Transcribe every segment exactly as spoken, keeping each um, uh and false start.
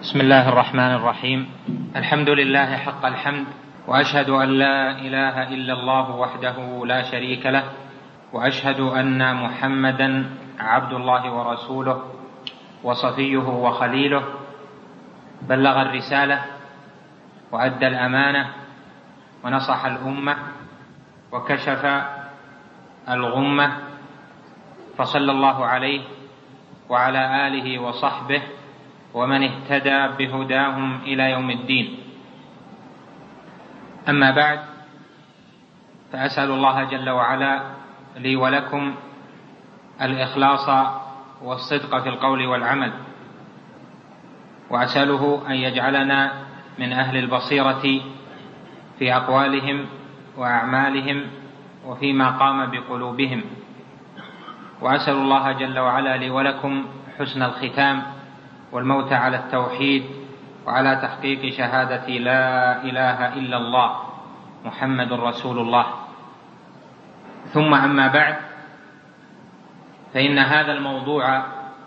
بسم الله الرحمن الرحيم. الحمد لله حق الحمد، وأشهد أن لا إله إلا الله وحده لا شريك له، وأشهد أن محمدا عبد الله ورسوله وصفيه وخليله، بلغ الرسالة وأدى الأمانة ونصح الأمة وكشف الغمة، فصلى الله عليه وعلى آله وصحبه ومن اهتدى بهداهم إلى يوم الدين. أما بعد، فأسأل الله جل وعلا لي ولكم الإخلاص والصدق في القول والعمل، وأسأله أن يجعلنا من أهل البصيرة في أقوالهم وأعمالهم وفيما قام بقلوبهم، وأسأل الله جل وعلا لي ولكم حسن الختام والموت على التوحيد وعلى تحقيق شهادة لا إله إلا الله محمد رسول الله. ثم أما بعد، فإن هذا الموضوع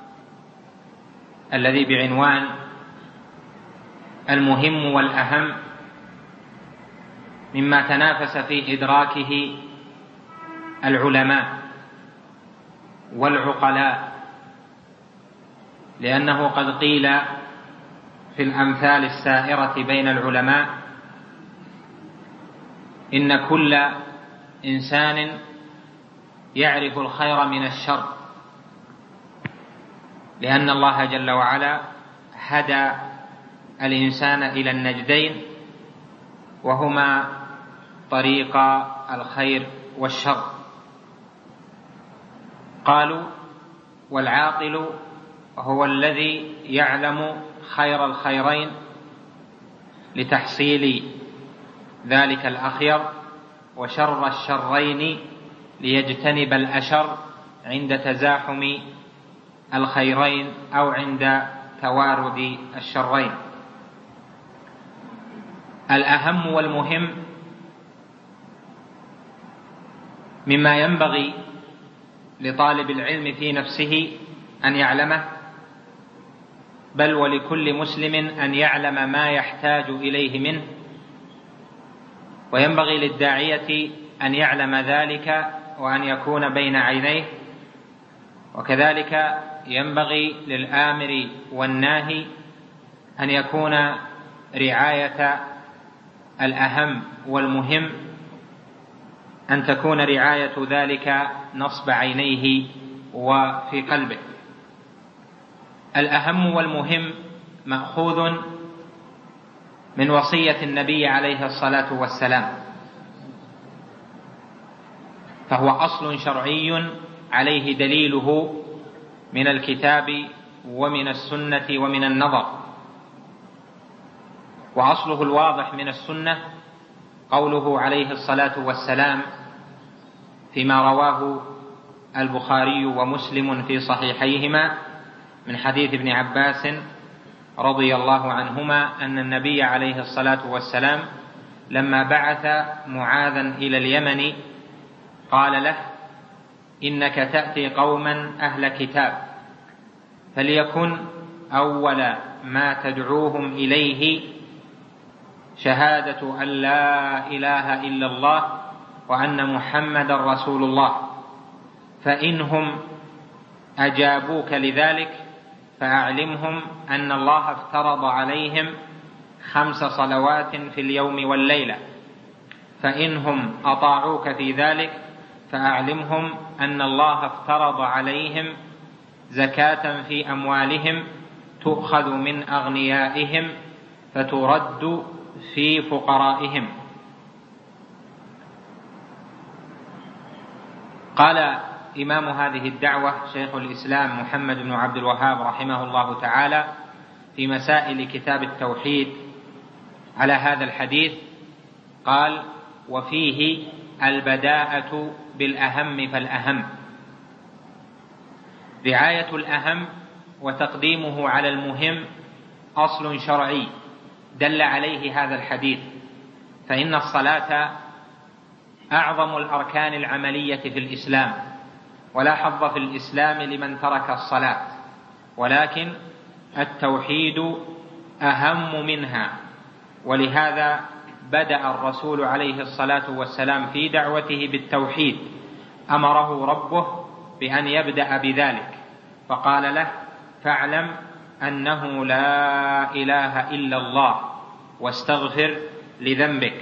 الذي بعنوان المهم والأهم مما تنافس في إدراكه العلماء والعقلاء، لأنه قد قيل في الأمثال السائرة بين العلماء: إن كل إنسان يعرف الخير من الشر، لأن الله جل وعلا هدى الإنسان إلى النجدين، وهما طريق الخير والشر. قالوا: والعاقل هو الذي يعلم خير الخيرين لتحصيل ذلك الأخير، وشر الشرين ليجتنب الأشر عند تزاحم الخيرين أو عند توارد الشرين. الأهم والمهم مما ينبغي لطالب العلم في نفسه أن يعلمه، بل ولكل مسلم أن يعلم ما يحتاج إليه منه، وينبغي للداعية أن يعلم ذلك وأن يكون بين عينيه، وكذلك ينبغي للآمر والناهي أن يكون رعاية الأهم والمهم، أن تكون رعاية ذلك نصب عينيه وفي قلبه. الأهم والمهم مأخوذ من وصية النبي عليه الصلاة والسلام، فهو أصل شرعي عليه دليله من الكتاب ومن السنة ومن النظر. وأصله الواضح من السنة قوله عليه الصلاة والسلام فيما رواه البخاري ومسلم في صحيحيهما من حديث ابن عباس رضي الله عنهما أن النبي عليه الصلاة والسلام لما بعث معاذا إلى اليمن قال له: إنك تأتي قوما أهل كتاب، فليكن أول ما تدعوهم إليه شهادة أن لا إله إلا الله وأن محمد رسول الله، فإنهم أجابوك لذلك فأعلمهم أن الله افترض عليهم خمس صلوات في اليوم والليلة، فإنهم أطاعوك في ذلك فأعلمهم أن الله افترض عليهم زكاة في أموالهم تؤخذ من أغنيائهم فترد في فقرائهم. قال إمام هذه الدعوة شيخ الإسلام محمد بن عبد الوهاب رحمه الله تعالى في مسائل كتاب التوحيد على هذا الحديث، قال: وفيه البداءة بالأهم فالأهم. رعاية الأهم وتقديمه على المهم أصل شرعي دل عليه هذا الحديث، فإن الصلاة أعظم الأركان العملية في الإسلام، ولا حظ في الإسلام لمن ترك الصلاة، ولكن التوحيد أهم منها، ولهذا بدأ الرسول عليه الصلاة والسلام في دعوته بالتوحيد، أمره ربه بأن يبدأ بذلك فقال له: فاعلم أنه لا إله إلا الله واستغفر لذنبك.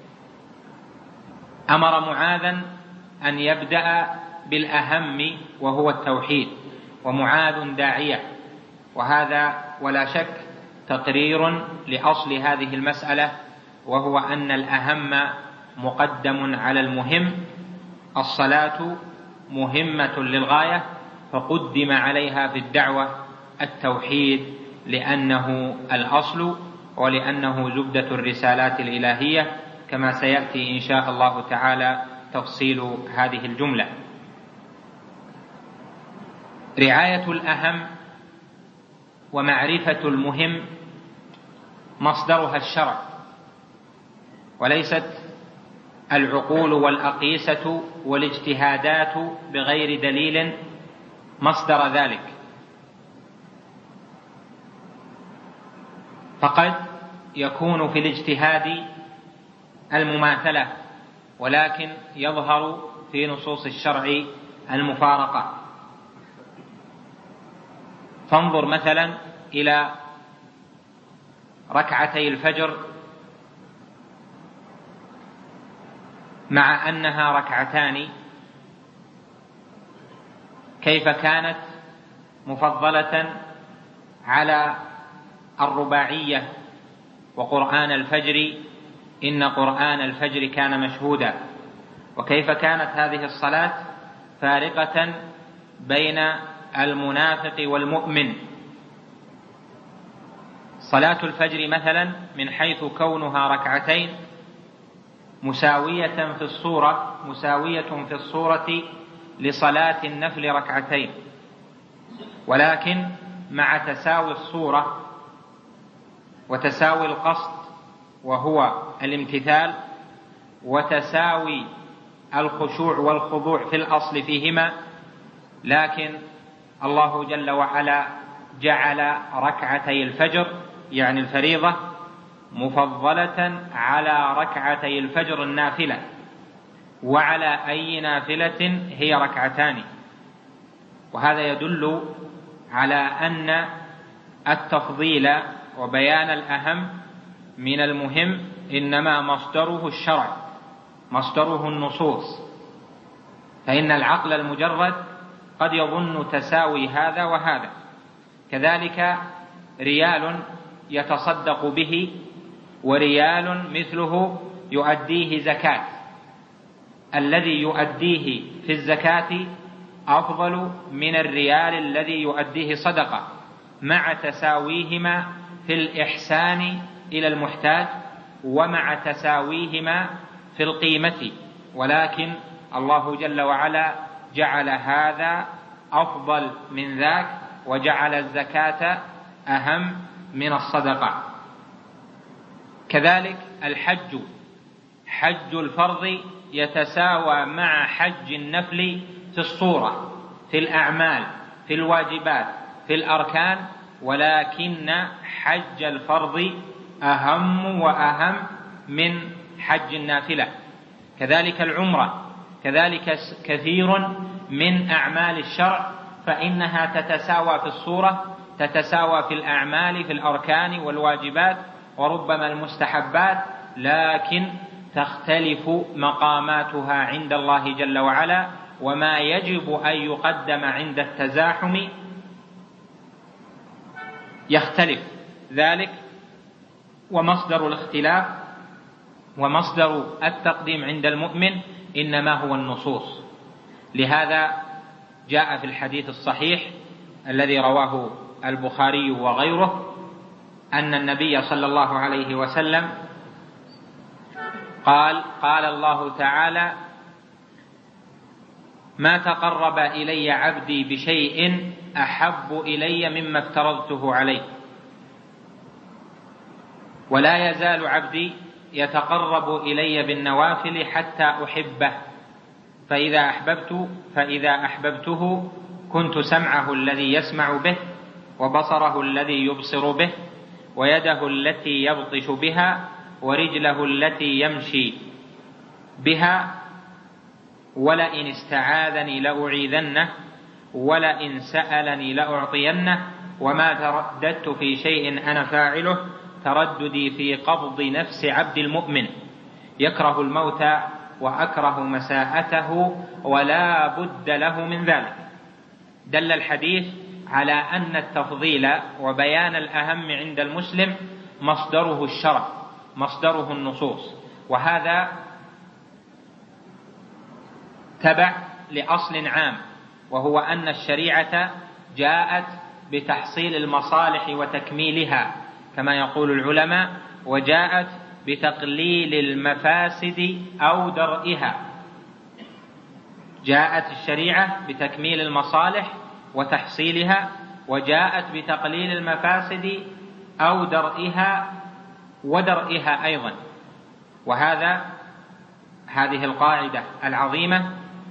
أمر معاذا أن يبدأ بالأهم وهو التوحيد، ومعاذ داعية، وهذا ولا شك تقرير لأصل هذه المسألة، وهو أن الأهم مقدم على المهم. الصلاة مهمة للغاية فقدم عليها في الدعوة التوحيد، لأنه الأصل ولأنه زبدة الرسالات الإلهية، كما سيأتي إن شاء الله تعالى تفصيل هذه الجملة. رعاية الأهم ومعرفة المهم مصدرها الشرع، وليست العقول والأقيسة والاجتهادات بغير دليل مصدر ذلك. فقد يكون في الاجتهاد المماثلة، ولكن يظهر في نصوص الشرع المفارقة. فانظر مثلا إلى ركعتي الفجر، مع أنها ركعتان كيف كانت مفضلة على الرباعية وقرآن الفجر، إن قرآن الفجر كان مشهودا، وكيف كانت هذه الصلاة فارقة بين المنافق والمؤمن. صلاة الفجر مثلا من حيث كونها ركعتين مساوية في الصورة مساوية في الصورة لصلاة النفل ركعتين، ولكن مع تساوي الصورة وتساوي القصد وهو الامتثال، وتساوي الخشوع والخضوع في الأصل فيهما، لكن الله جل وعلا جعل ركعتي الفجر يعني الفريضة مفضلة على ركعتي الفجر النافلة، وعلى أي نافلة هي ركعتان. وهذا يدل على أن التفضيل وبيان الأهم من المهم إنما مصدره الشرع، مصدره النصوص، فإن العقل المجرد قد يظن تساوي هذا وهذا. كذلك ريال يتصدق به وريال مثله يؤديه زكاة، الذي يؤديه في الزكاة أفضل من الريال الذي يؤديه صدقة، مع تساويهما في الإحسان إلى المحتاج ومع تساويهما في القيمة، ولكن الله جل وعلا جعل هذا أفضل من ذاك، وجعل الزكاة أهم من الصدقة. كذلك الحج، حج الفرض يتساوى مع حج النفل في الصورة، في الأعمال، في الواجبات، في الأركان، ولكن حج الفرض أهم وأهم من حج النافلة. كذلك العمرة، كذلك كثير من أعمال الشرع فإنها تتساوى في الصورة، تتساوى في الأعمال، في الأركان والواجبات وربما المستحبات، لكن تختلف مقاماتها عند الله جل وعلا، وما يجب أن يقدم عند التزاحم يختلف ذلك. ومصدر الاختلاف ومصدر التقديم عند المؤمن إنما هو النصوص. لهذا جاء في الحديث الصحيح الذي رواه البخاري وغيره أن النبي صلى الله عليه وسلم قال: قال الله تعالى: ما تقرب إلي عبدي بشيء أحب إلي مما افترضته عليه، ولا يزال عبدي يتقرب إلي بالنوافل حتى أحبه، فإذا أحببت فإذا أحببته كنت سمعه الذي يسمع به، وبصره الذي يبصر به، ويده التي يبطش بها ورجله التي يمشي بها، ولئن استعاذني لأعيذنه ولئن سألني لأعطينه وما ترددت في شيء أنا فاعله ترددي في قبض نفس عبد المؤمن يكره الموت وأكره مساءته ولا بد له من ذلك. دل الحديث على أن التفضيل وبيان الأهم عند المسلم مصدره الشرع، مصدره النصوص، وهذا تبع لأصل عام، وهو أن الشريعة جاءت بتحصيل المصالح وتكميلها كما يقول العلماء، وجاءت بتقليل المفاسد أو درئها. جاءت الشريعة بتكميل المصالح وتحصيلها، وجاءت بتقليل المفاسد أو درئها ودرئها أيضا. وهذا هذه القاعدة العظيمة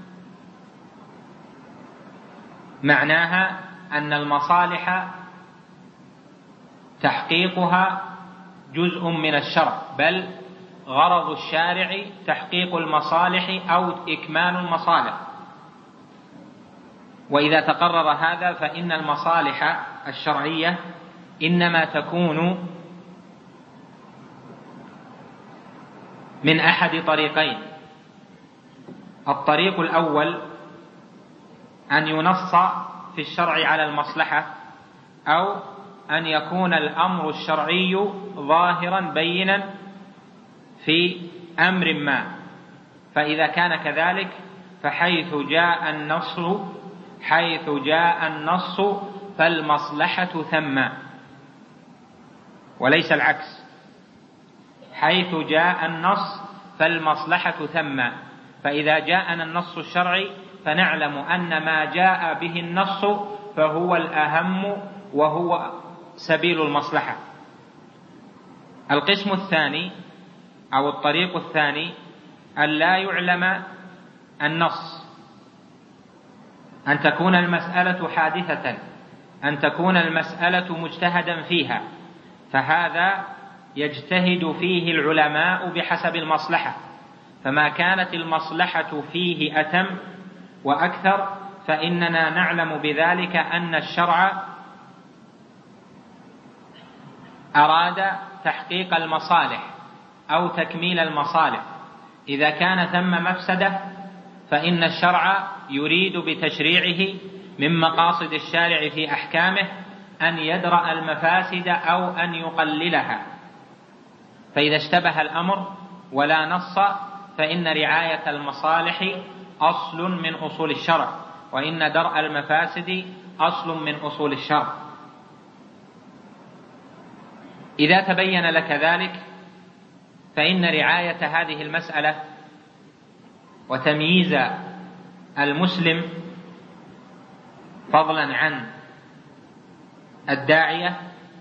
معناها أن المصالح تحقيقها جزء من الشرع، بل غرض الشارع تحقيق المصالح أو إكمال المصالح. وإذا تقرر هذا فإن المصالح الشرعية إنما تكون من أحد طريقين: الطريق الأول أن ينص في الشرع على المصلحة، أو أن يكون الأمر الشرعي ظاهرا بينا في أمر ما، فإذا كان كذلك فحيث جاء النص حيث جاء النص فالمصلحة ثم، وليس العكس. حيث جاء النص فالمصلحة ثم، فإذا جاءنا النص الشرعي فنعلم أن ما جاء به النص فهو الأهم وهو سبيل المصلحة. القسم الثاني أو الطريق الثاني أن لا يعلم النص، أن تكون المسألة حادثة، أن تكون المسألة مجتهدا فيها، فهذا يجتهد فيه العلماء بحسب المصلحة، فما كانت المصلحة فيه أتم وأكثر فإننا نعلم بذلك أن الشرع أراد تحقيق المصالح أو تكميل المصالح. إذا كان ثم مفسدة فإن الشرع يريد بتشريعه من مقاصد الشارع في أحكامه أن يدرأ المفاسد أو أن يقللها. فإذا اشتبه الأمر ولا نص فإن رعاية المصالح أصل من أصول الشرع، وإن درء المفاسد أصل من أصول الشرع. إذا تبين لك ذلك فإن رعاية هذه المسألة وتمييز المسلم فضلا عن الداعية،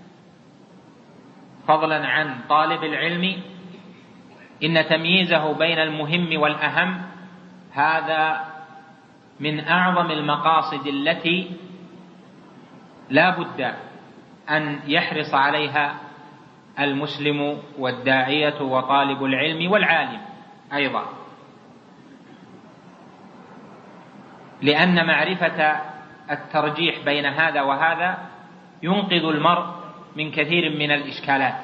فضلا عن طالب العلم، إن تمييزه بين المهم والأهم هذا من أعظم المقاصد التي لا بد أن يحرص عليها المسلم والداعية وطالب العلم والعالم أيضا، لأن معرفة الترجيح بين هذا وهذا ينقذ المرء من كثير من الإشكالات.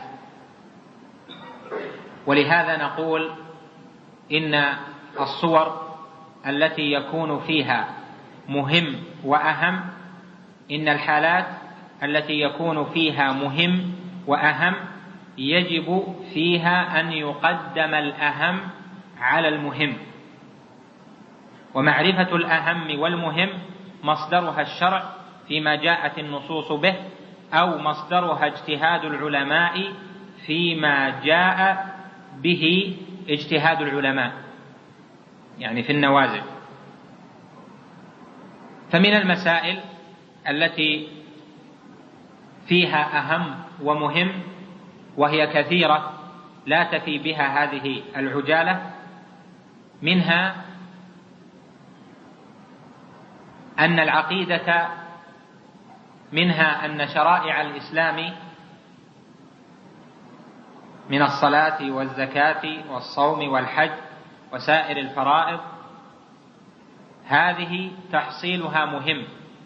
ولهذا نقول إن الصور التي يكون فيها مهم وأهم، إن الحالات التي يكون فيها مهم وأهم يجب فيها أن يقدم الأهم على المهم، ومعرفة الأهم والمهم مصدرها الشرع فيما جاءت النصوص به، أو مصدرها اجتهاد العلماء فيما جاء به اجتهاد العلماء، يعني في النوازل. فمن المسائل التي فيها أهم ومهم وهي كثيرة لا تفي بها هذه العجالة، منها أن العقيدة منها أن شرائع الإسلام من الصلاة والزكاة والصوم والحج وسائر الفرائض، هذه تحصيلها مهم،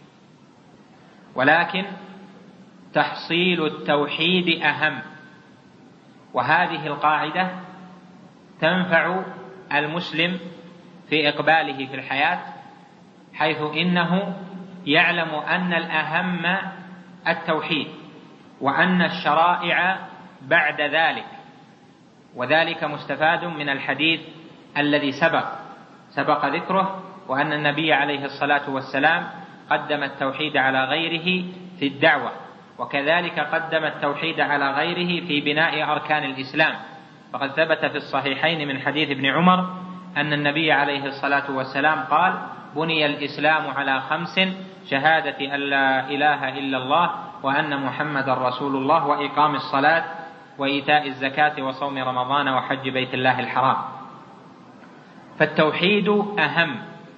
ولكن تحصيل التوحيد أهم. وهذه القاعدة تنفع المسلم في إقباله في الحياة، حيث إنه يعلم أن الأهم التوحيد، وأن الشرائع بعد ذلك. وذلك مستفاد من الحديث الذي سبق سبق ذكره، وأن النبي عليه الصلاة والسلام قدم التوحيد على غيره في الدعوة، وكذلك قدم التوحيد على غيره في بناء أركان الإسلام. فقد ثبت في الصحيحين من حديث ابن عمر أن النبي عليه الصلاة والسلام قال: بني الإسلام على خمس: شهادة أن لا إله إلا الله وأن محمد رسول الله وإقام الصلاة وإيتاء الزكاة وصوم رمضان وحج بيت الله الحرام. فالتوحيد أهم.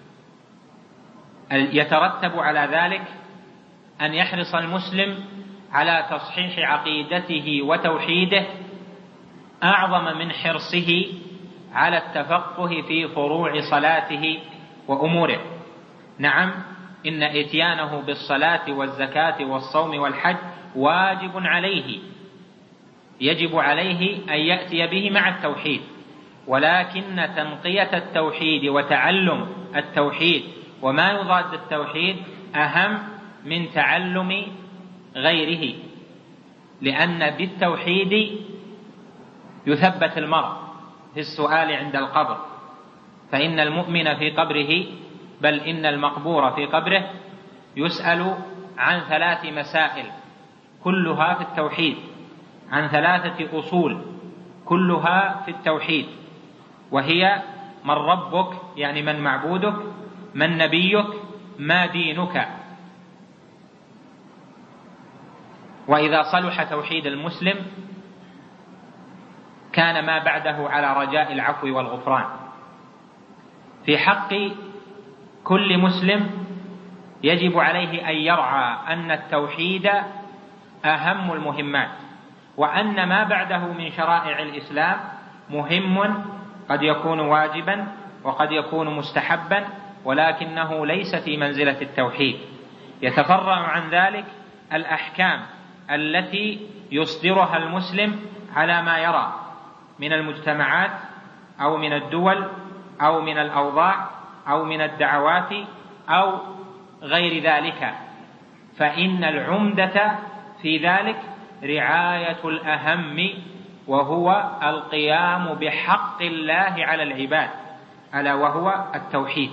يترتب على ذلك أن يحرص المسلم على تصحيح عقيدته وتوحيده أعظم من حرصه على التفقه في فروع صلاته وأموره. نعم، إن إتيانه بالصلاة والزكاة والصوم والحج واجب عليه، يجب عليه أن يأتي به مع التوحيد، ولكن تنقية التوحيد وتعلم التوحيد وما يضاد التوحيد أهم من تعلم غيره، لأن بالتوحيد يثبت المرء في السؤال عند القبر، فإن المؤمن في قبره، بل إن المقبور في قبره يسأل عن ثلاث مسائل كلها في التوحيد، عن ثلاثة أصول كلها في التوحيد، وهي: من ربك، يعني من معبودك، من نبيك، ما دينك. وإذا صلح توحيد المسلم كان ما بعده على رجاء العفو والغفران. في حق كل مسلم يجب عليه أن يرعى أن التوحيد أهم المهمات، وأن ما بعده من شرائع الإسلام مهم، قد يكون واجبا وقد يكون مستحبا، ولكنه ليس في منزلة التوحيد. يتفرع عن ذلك الأحكام التي يصدرها المسلم على ما يرى من المجتمعات أو من الدول أو من الأوضاع أو من الدعوات أو غير ذلك، فإن العمدة في ذلك رعاية الأهم، وهو القيام بحق الله على العباد، ألا وهو التوحيد،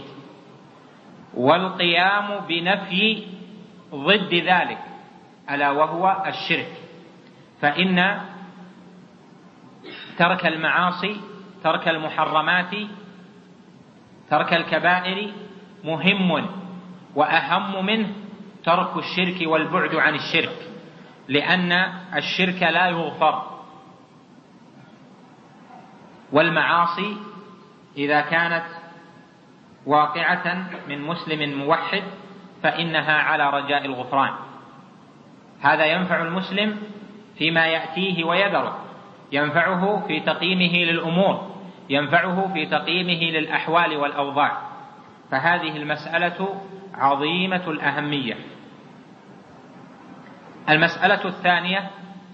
والقيام بنفي ضد ذلك، ألا وهو الشرك. فإن ترك المعاصي، ترك المحرمات، ترك الكبائر مهم، وأهم منه ترك الشرك والبعد عن الشرك، لأن الشرك لا يغفر. والمعاصي إذا كانت واقعة من مسلم موحد فإنها على رجاء الغفران. هذا ينفع المسلم فيما يأتيه ويذره، ينفعه في تقييمه للأمور، ينفعه في تقييمه للأحوال والأوضاع. فهذه المسألة عظيمة الأهمية. المسألة الثانية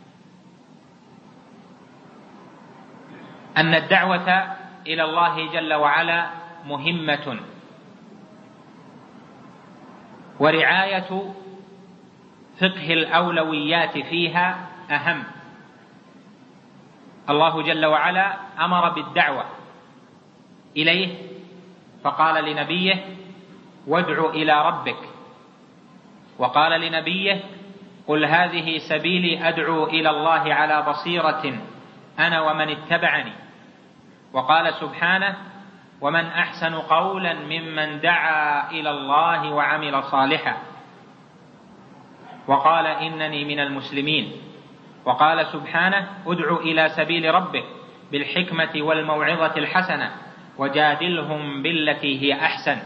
أن الدعوة إلى الله جل وعلا مهمة، ورعاية فقه الأولويات فيها أهم. الله جل وعلا أمر بالدعوة إليه، فقال لنبيه: وادع إلى ربك، وقال لنبيه: قل هذه سبيلي أدعو إلى الله على بصيرة أنا ومن اتبعني. وقال سبحانه: ومن أحسن قولا ممن دعا إلى الله وعمل صالحا. وقال: إنني من المسلمين. وقال سبحانه: ادع إلى سبيل ربك بالحكمة والموعظة الحسنة وجادلهم بالتي هي أحسن.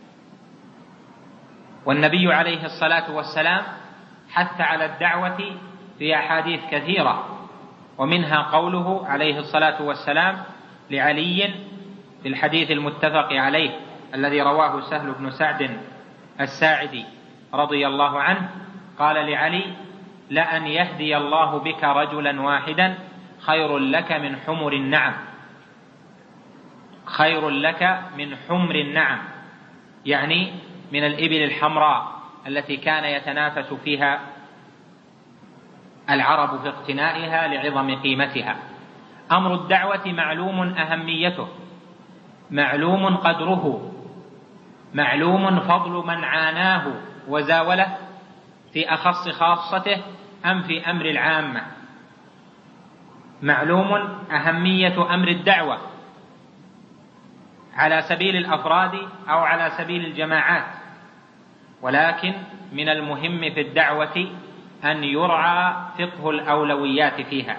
والنبي عليه الصلاة والسلام حث على الدعوة في أحاديث كثيرة، ومنها قوله عليه الصلاة والسلام لعلي في الحديث المتفق عليه الذي رواه سهل بن سعد الساعدي رضي الله عنه، قال لعلي: لأن يهدي الله بك رجلا واحدا خير لك من حمر النعم، خير لك من حمر النعم، يعني من الإبل الحمراء التي كان يتنافس فيها العرب في اقتنائها لعظم قيمتها. أمر الدعوة معلوم أهميته، معلوم قدره، معلوم فضل من عاناه وزاوله في أخص خاصته أم في أمر العامة. معلوم أهمية أمر الدعوة على سبيل الأفراد أو على سبيل الجماعات، ولكن من المهم في الدعوة أن يرعى فقه الأولويات فيها.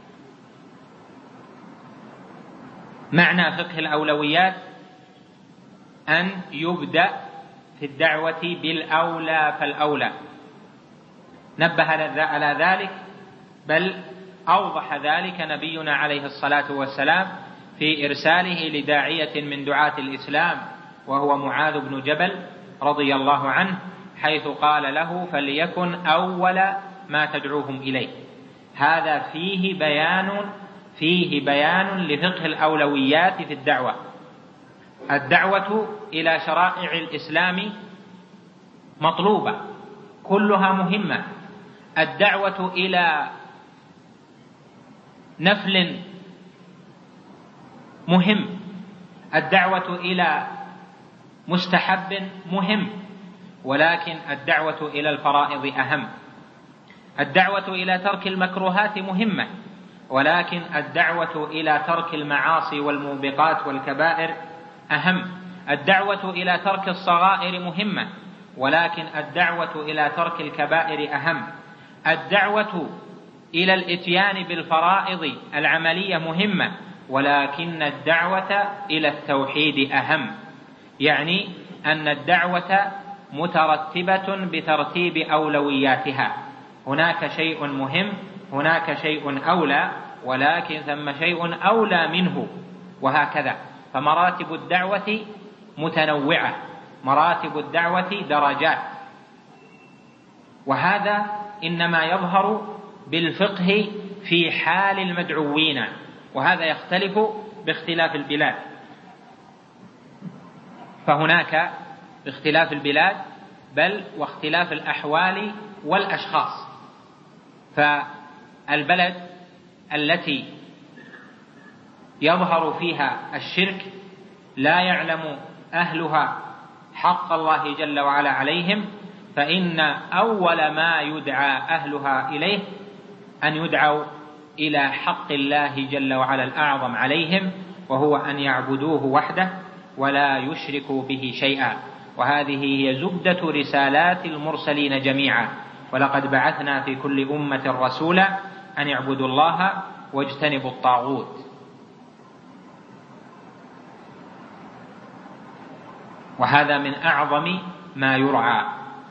معنى فقه الأولويات أن يبدأ في الدعوة بالأولى فالأولى. نبه على ذلك، بل أوضح ذلك نبينا عليه الصلاة والسلام في إرساله لداعية من دعاة الإسلام وهو معاذ بن جبل رضي الله عنه، حيث قال له: فليكن أول ما تدعوهم إليه. هذا فيه بيان فيه بيان لفقه الأولويات في الدعوة. الدعوة إلى شرائع الإسلام مطلوبة، كلها مهمة. الدعوة إلى نفل مهم، الدعوة إلى مستحب مهم، ولكن الدعوة إلى الفرائض أهم. الدعوة إلى ترك المكروهات مهمة، ولكن الدعوة إلى ترك المعاصي والموبقات والكبائر أهم. الدعوة إلى ترك الصغائر مهمة، ولكن الدعوة إلى ترك الكبائر أهم. الدعوة إلى الإتيان بالفرائض العملية مهمة، ولكن الدعوة إلى التوحيد أهم. يعني أن الدعوة مترتبة بترتيب أولوياتها، هناك شيء مهم، هناك شيء أولى، ولكن ثم شيء أولى منه، وهكذا. فمراتب الدعوة متنوعة، مراتب الدعوة درجات، وهذا إنما يظهر بالفقه في حال المدعوين، وهذا يختلف باختلاف البلاد. فهناك باختلاف البلاد بل واختلاف الأحوال والأشخاص. فالبلد التي يظهر فيها الشرك لا يعلم أهلها حق الله جل وعلا عليهم، فإن أول ما يدعى أهلها إليه أن يدعوا إلى حق الله جل وعلا الأعظم عليهم، وهو أن يعبدوه وحده ولا يشركوا به شيئا. وهذه هي زبدة رسالات المرسلين جميعا: ولقد بعثنا في كل أمة رسولا أن يعبدوا الله واجتنبوا الطاغوت. وهذا من أعظم ما يرعى.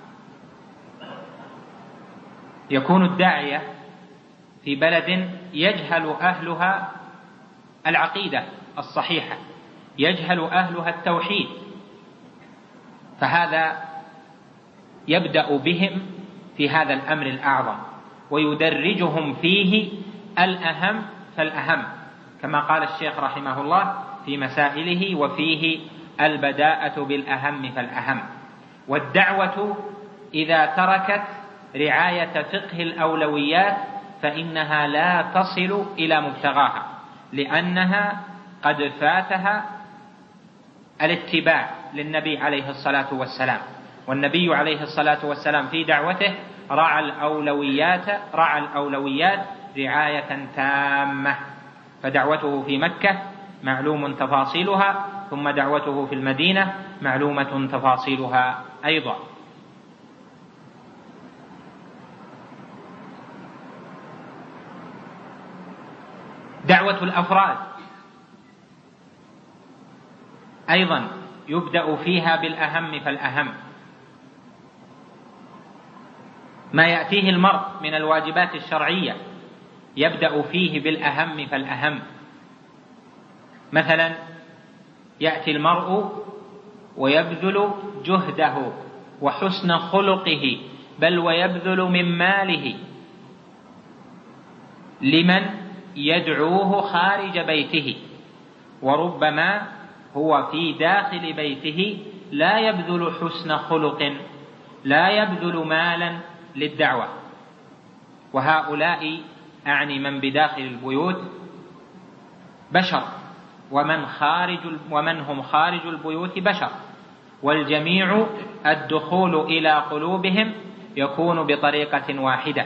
يكون الداعية في بلد يجهل أهلها العقيدة الصحيحة، يجهل أهلها التوحيد، فهذا يبدأ بهم في هذا الأمر الأعظم ويدرجهم فيه الأهم فالأهم، كما قال الشيخ رحمه الله في مسائله: وفيه البداءة بالأهم فالأهم. والدعوة إذا تركت رعاية فقه الأولويات فإنها لا تصل إلى مبتغاها، لأنها قد فاتها الاتباع للنبي عليه الصلاة والسلام. والنبي عليه الصلاة والسلام في دعوته رعى الأولويات رعى الأولويات رعاية تامة. فدعوته في مكة معلوم تفاصيلها، ثم دعوته في المدينة معلومة تفاصيلها أيضا. دعوة الأفراد أيضا يبدأ فيها بالأهم فالأهم. ما يأتيه المرء من الواجبات الشرعية يبدأ فيه بالأهم فالأهم. مثلا يأتي المرء ويبذل جهده وحسن خلقه بل ويبذل من ماله لمن يدعوه خارج بيته، وربما هو في داخل بيته لا يبذل حسن خلق، لا يبذل مالا للدعوة. وهؤلاء أعني من بداخل البيوت بشر، ومن خارج ومن هم خارج البيوت بشر، والجميع الدخول إلى قلوبهم يكون بطريقة واحدة،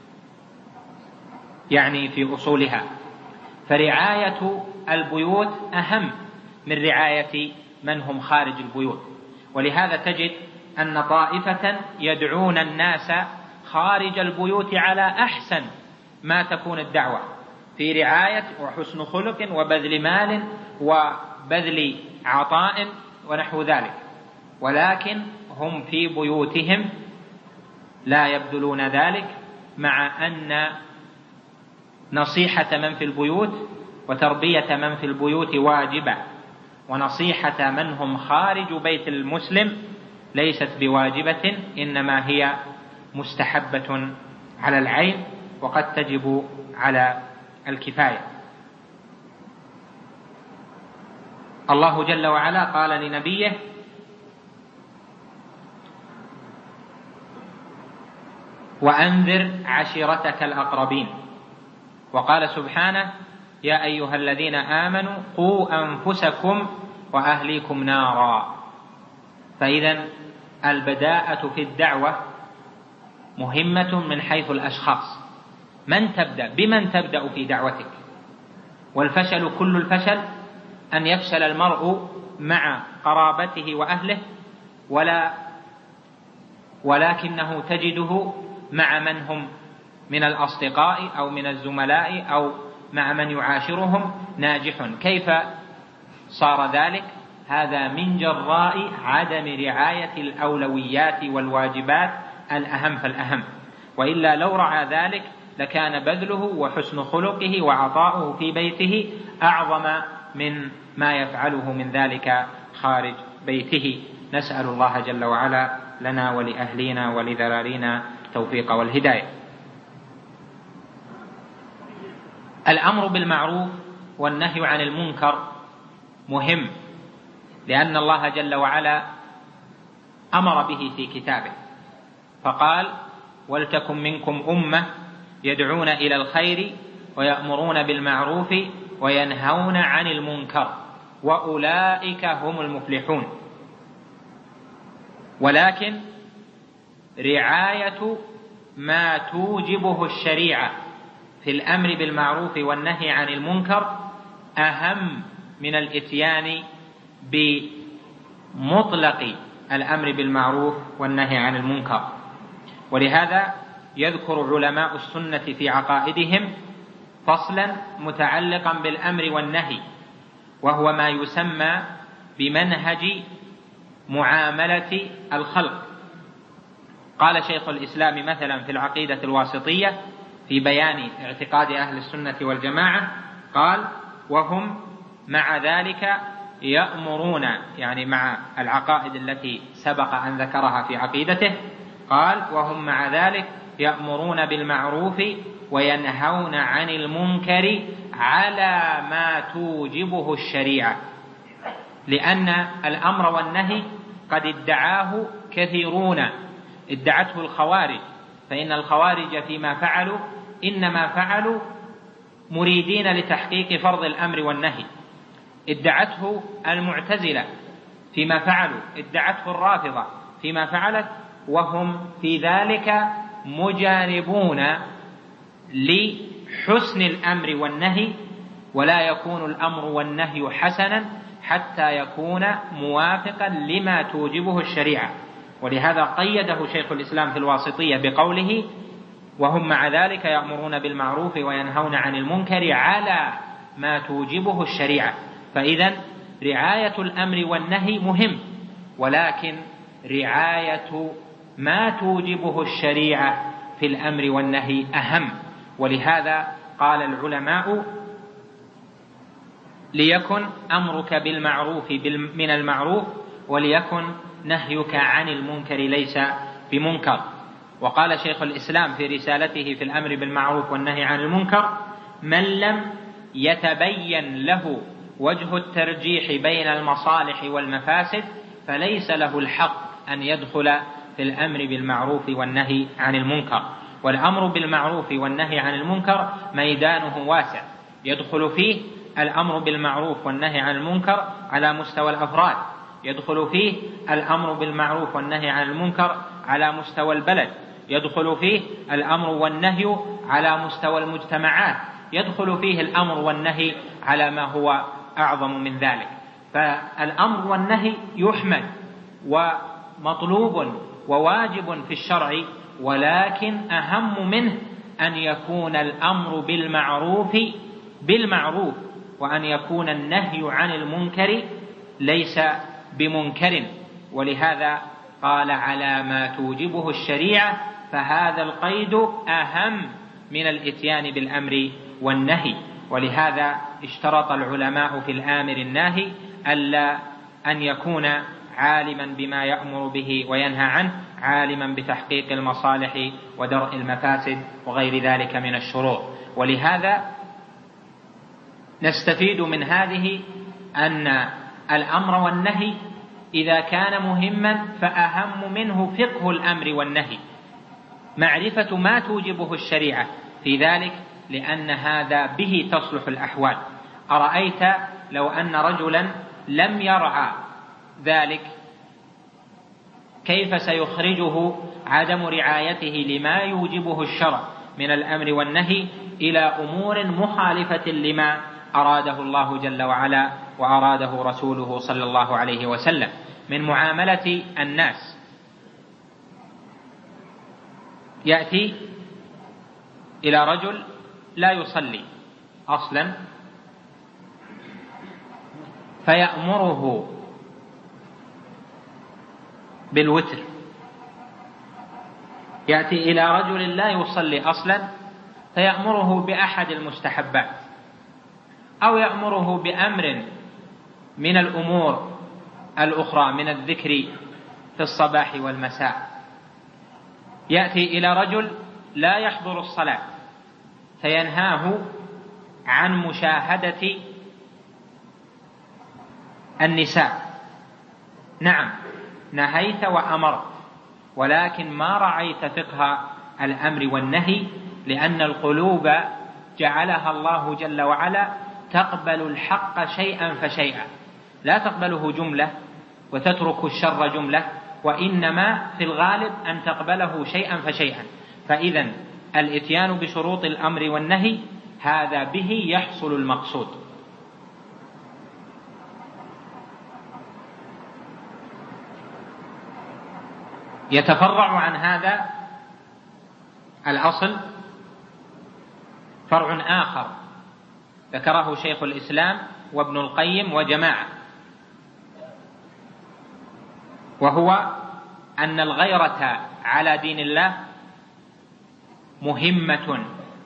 يعني في أصولها. فرعاية البيوت أهم من رعاية من هم خارج البيوت. ولهذا تجد أن طائفة يدعون الناس خارج البيوت على أحسن ما تكون الدعوة، في رعاية وحسن خلق وبذل مال وبذل عطاء ونحو ذلك، ولكن هم في بيوتهم لا يبذلون ذلك، مع أن نصيحة من في البيوت وتربية من في البيوت واجبة، ونصيحة من هم خارج بيت المسلم ليست بواجبة، إنما هي مستحبة على العين وقد تجب على الكفاية. الله جل وعلا قال لنبيه: وأنذر عشيرتك الأقربين. وقال سبحانه: يا أيها الذين آمنوا قوا أنفسكم وأهليكم نارا. فإذا البداءة في الدعوة مهمة من حيث الأشخاص، من تبدأ بمن تبدأ في دعوتك. والفشل كل الفشل أن يفشل المرء مع قرابته وأهله، ولا ولكنه تجده مع من هم من الأصدقاء أو من الزملاء أو مع من يعاشرهم ناجح. كيف صار ذلك؟ هذا من جراء عدم رعاية الأولويات والواجبات الأهم فالأهم، وإلا لو رعى ذلك لكان بذله وحسن خلقه وعطاؤه في بيته أعظم من ما يفعله من ذلك خارج بيته. نسأل الله جل وعلا لنا ولأهلنا ولذرارينا التوفيق والهداية. الأمر بالمعروف والنهي عن المنكر مهم، لأن الله جل وعلا أمر به في كتابه، فقال: ولتكن منكم أمة يدعون إلى الخير ويأمرون بالمعروف وينهون عن المنكر وأولئك هم المفلحون. ولكن رعاية ما توجبه الشريعة في الأمر بالمعروف والنهي عن المنكر أهم من الإتيان بمطلق الأمر بالمعروف والنهي عن المنكر. ولهذا يذكر علماء السنة في عقائدهم فصلا متعلقا بالأمر والنهي، وهو ما يسمى بمنهج معاملة الخلق. قال شيخ الإسلام مثلا في العقيدة الواسطية في بيان اعتقاد أهل السنة والجماعة، قال: وهم مع ذلك يأمرون، يعني مع العقائد التي سبق أن ذكرها في عقيدته، قال: وهم مع ذلك يأمرون بالمعروف وينهون عن المنكر على ما توجبه الشريعة. لأن الأمر والنهي قد ادعاه كثيرون، ادعته الخوارج، فإن الخوارج فيما فعلوا إنما فعلوا مريدين لتحقيق فرض الأمر والنهي. ادعته المعتزلة فيما فعلوا، ادعته الرافضة فيما فعلت، وهم في ذلك مجانبون لحسن الأمر والنهي، ولا يكون الأمر والنهي حسنا حتى يكون موافقا لما توجبه الشريعة. ولهذا قيده شيخ الإسلام في الواسطية بقوله: وهم مع ذلك يأمرون بالمعروف وينهون عن المنكر على ما توجبه الشريعة. فإذا رعاية الأمر والنهي مهم، ولكن رعاية ما توجبه الشريعة في الأمر والنهي أهم. ولهذا قال العلماء: ليكن أمرك بالمعروف من المعروف، وليكن نهيك عن المنكر ليس بمنكر. وقال شيخ الإسلام في رسالته في الأمر بالمعروف والنهي عن المنكر: من لم يتبين له وجه الترجيح بين المصالح والمفاسد فليس له الحق أن يدخل في الأمر بالمعروف والنهي عن المنكر. والأمر بالمعروف والنهي عن المنكر ميدانه واسع، يدخل فيه الأمر بالمعروف والنهي عن المنكر على مستوى الأفراد، يدخل فيه الأمر بالمعروف والنهي عن المنكر على مستوى البلد، يدخل فيه الأمر والنهي على مستوى المجتمعات، يدخل فيه الأمر والنهي على ما هو أعظم من ذلك. فالأمر والنهي يحمد ومطلوب وواجب في الشرع، ولكن أهم منه أن يكون الأمر بالمعروف بالمعروف، وأن يكون النهي عن المنكر ليس بمنكر. ولهذا قال: على ما توجبه الشريعة، فهذا القيد أهم من الإتيان بالأمر والنهي. ولهذا اشترط العلماء في الآمر الناهي ألا أن يكون عالما بما يأمر به وينهى عنه، عالما بتحقيق المصالح ودرء المفاسد وغير ذلك من الشروط. ولهذا نستفيد من هذه أن الأمر والنهي إذا كان مهما فأهم منه فقه الأمر والنهي، معرفة ما توجبه الشريعة في ذلك، لأن هذا به تصلح الأحوال. أرأيت لو أن رجلا لم يرعى ذلك كيف سيخرجه عدم رعايته لما يوجبه الشرع من الأمر والنهي إلى أمور مخالفة لما أراده الله جل وعلا وأراده رسوله صلى الله عليه وسلم من معاملة الناس. يأتي إلى رجل لا يصلي أصلا فيأمره بالوتر، يأتي إلى رجل لا يصلي أصلا فيأمره بأحد المستحبات، أو يأمره بأمر من الأمور الأخرى من الذكر في الصباح والمساء. يأتي إلى رجل لا يحضر الصلاة فينهاه عن مشاهدة النساء. نعم، نهيت وأمرت، ولكن ما رعيت فقه الأمر والنهي، لأن القلوب جعلها الله جل وعلا تقبل الحق شيئا فشيئا، لا تقبله جملة وتترك الشر جملة، وإنما في الغالب أن تقبله شيئا فشيئا. فإذن الإتيان بشروط الأمر والنهي هذا به يحصل المقصود. يتفرع عن هذا الأصل فرع آخر ذكره شيخ الإسلام وابن القيم وجماعة، وهو أن الغيرة على دين الله مهمة،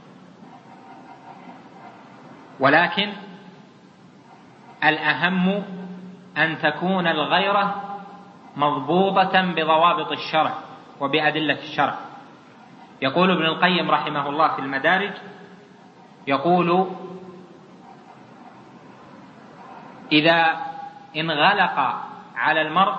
ولكن الأهم أن تكون الغيرة مضبوطة بضوابط الشرع وبأدلة الشرع. يقول ابن القيم رحمه الله في المدارج، يقول: إذا انغلق على المرء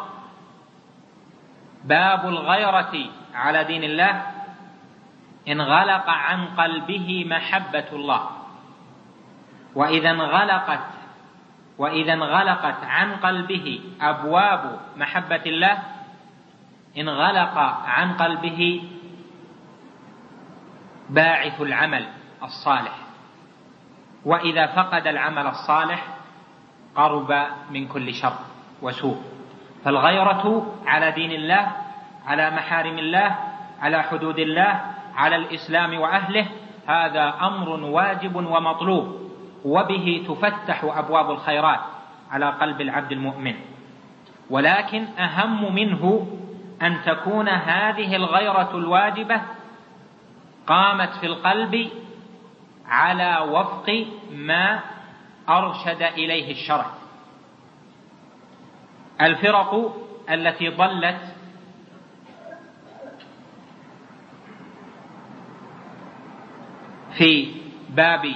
باب الغيرة على دين الله انغلق عن قلبه محبة الله، وإذا انغلقت وإذا انغلقت عن قلبه أبواب محبة الله انغلق عن قلبه باعث العمل الصالح، وإذا فقد العمل الصالح قرب من كل شر وسوء. فالغيرة على دين الله، على محارم الله، على حدود الله، على الإسلام وأهله، هذا أمر واجب ومطلوب، وبه تفتح أبواب الخيرات على قلب العبد المؤمن. ولكن أهم منه أن تكون هذه الغيرة الواجبة قامت في القلب على وفق ما أرشد إليه الشرع. الفرق التي ضلت في باب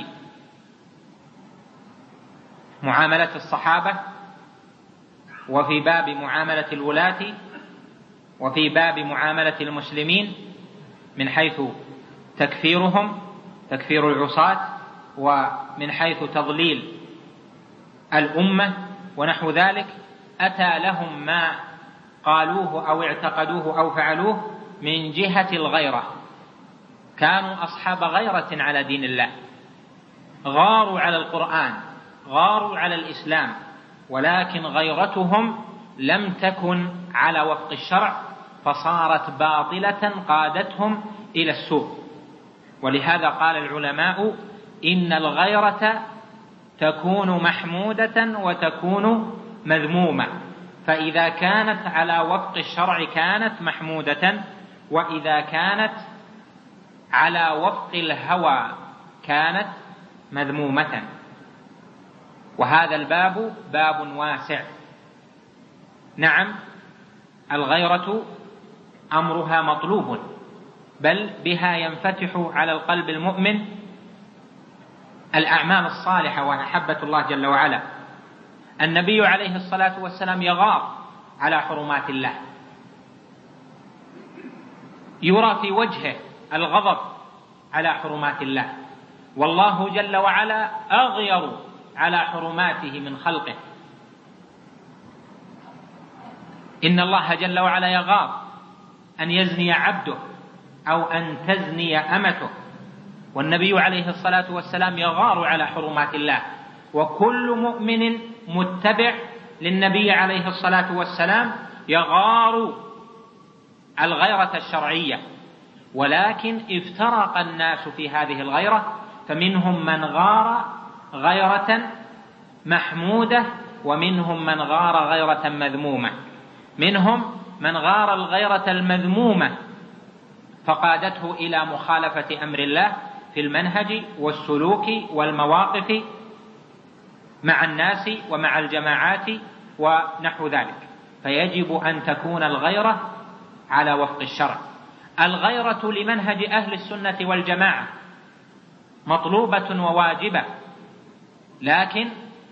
معاملة الصحابة، وفي باب معاملة الولاة، وفي باب معاملة المسلمين من حيث تكفيرهم تكفير العصاة، ومن حيث تضليل الأمة ونحو ذلك، أتى لهم ما قالوه أو اعتقدوه أو فعلوه من جهة الغيرة. كانوا أصحاب غيرة على دين الله، غاروا على القرآن، غاروا على الإسلام، ولكن غيرتهم لم تكن على وفق الشرع، فصارت باطلة قادتهم إلى السوء. ولهذا قال العلماء إن الغيرة تكون محمودة وتكون مذمومة، فإذا كانت على وفق الشرع كانت محمودة، وإذا كانت على وفق الهوى كانت مذمومة. وهذا الباب باب واسع. نعم، الغيرة أمرها مطلوب، بل بها ينفتح على القلب المؤمن الأعمال الصالحة ومحبة الله جل وعلا. النبي عليه الصلاة والسلام يغار على حرمات الله، يرى في وجهه الغضب على حرمات الله، والله جل وعلا أغير على حرماته من خلقه. إن الله جل وعلا يغار أن يزني عبده أو أن تزني أمته، والنبي عليه الصلاة والسلام يغار على حرمات الله. وكل مؤمن متبع للنبي عليه الصلاة والسلام يغار الغيرة الشرعية، ولكن افترق الناس في هذه الغيرة، فمنهم من غار غيرة محمودة، ومنهم من غار غيرة مذمومة. منهم من غار الغيرة المذمومة فقادته إلى مخالفة أمر الله في المنهج والسلوك والمواقف مع الناس ومع الجماعات ونحو ذلك، فيجب أن تكون الغيرة على وفق الشرع. الغيرة لمنهج أهل السنة والجماعة مطلوبة وواجبة، لكن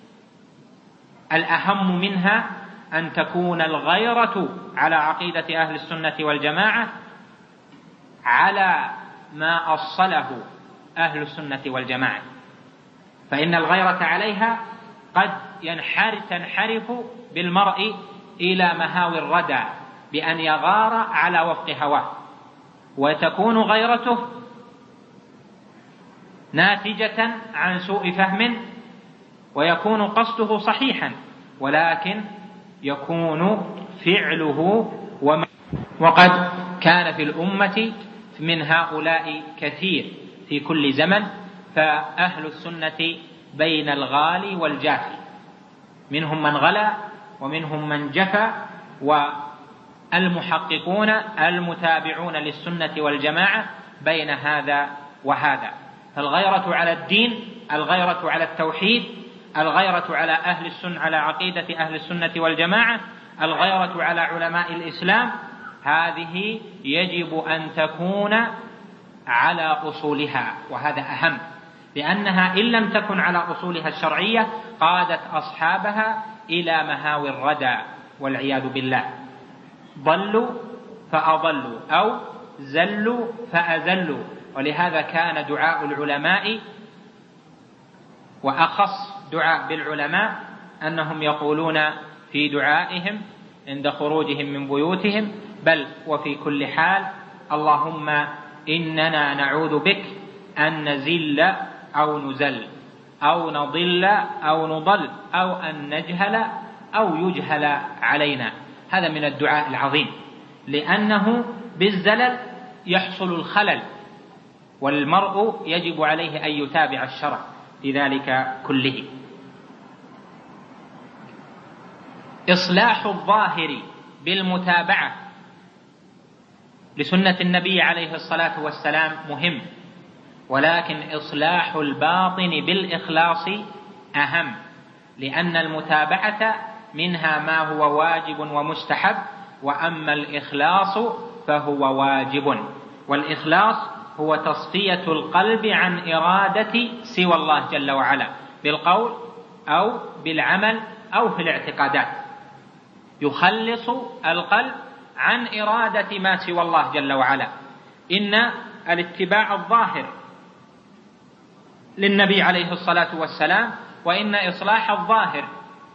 الأهم منها أن تكون الغيرة على عقيدة أهل السنة والجماعة على ما أصله أهل السنة والجماعة، فإن الغيرة عليها قد ينحرف تنحرف بالمرء إلى مهاوي الردى بأن يغار على وفق هواه، وتكون غيرته ناتجة عن سوء فهم، ويكون قصده صحيحا، ولكن يكون فعله وما وقد كان في الأمة من هؤلاء كثير في كل زمن. فأهل السنة بين الغالي والجافي، منهم من غلا ومنهم من جفى، والمحققون المتابعون للسنة والجماعة بين هذا وهذا. فالغيرة على الدين، الغيرة على التوحيد، الغيرة على أهل السنة، على عقيدة أهل السنة والجماعة، الغيرة على علماء الإسلام، هذه يجب أن تكون على أصولها، وهذا أهم، لأنها إن لم تكن على أصولها الشرعية قادت أصحابها إلى مهاوي الردى والعياذ بالله. ضلوا فأضلوا أو زلوا فأزلوا. ولهذا كان دعاء العلماء، وأخص دعاء بالعلماء، أنهم يقولون في دعائهم عند خروجهم من بيوتهم بل وفي كل حال: اللهم إننا نعوذ بك أن نزل أو نزل أو نضل أو نضل أو أن نجهل أو يجهل علينا. هذا من الدعاء العظيم، لأنه بالزلل يحصل الخلل، والمرء يجب عليه أن يتابع الشرع في ذلك كله. إصلاح الظاهر بالمتابعة لسنة النبي عليه الصلاة والسلام مهم، ولكن إصلاح الباطن بالإخلاص أهم، لأن المتابعة منها ما هو واجب ومستحب، وأما الإخلاص فهو واجب. والإخلاص هو تصفية القلب عن إرادة سوى الله جل وعلا بالقول أو بالعمل أو في الاعتقادات، يخلص القلب عن إرادة ما سوى الله جل وعلا. إن الاتباع الظاهر للنبي عليه الصلاة والسلام وإن إصلاح الظاهر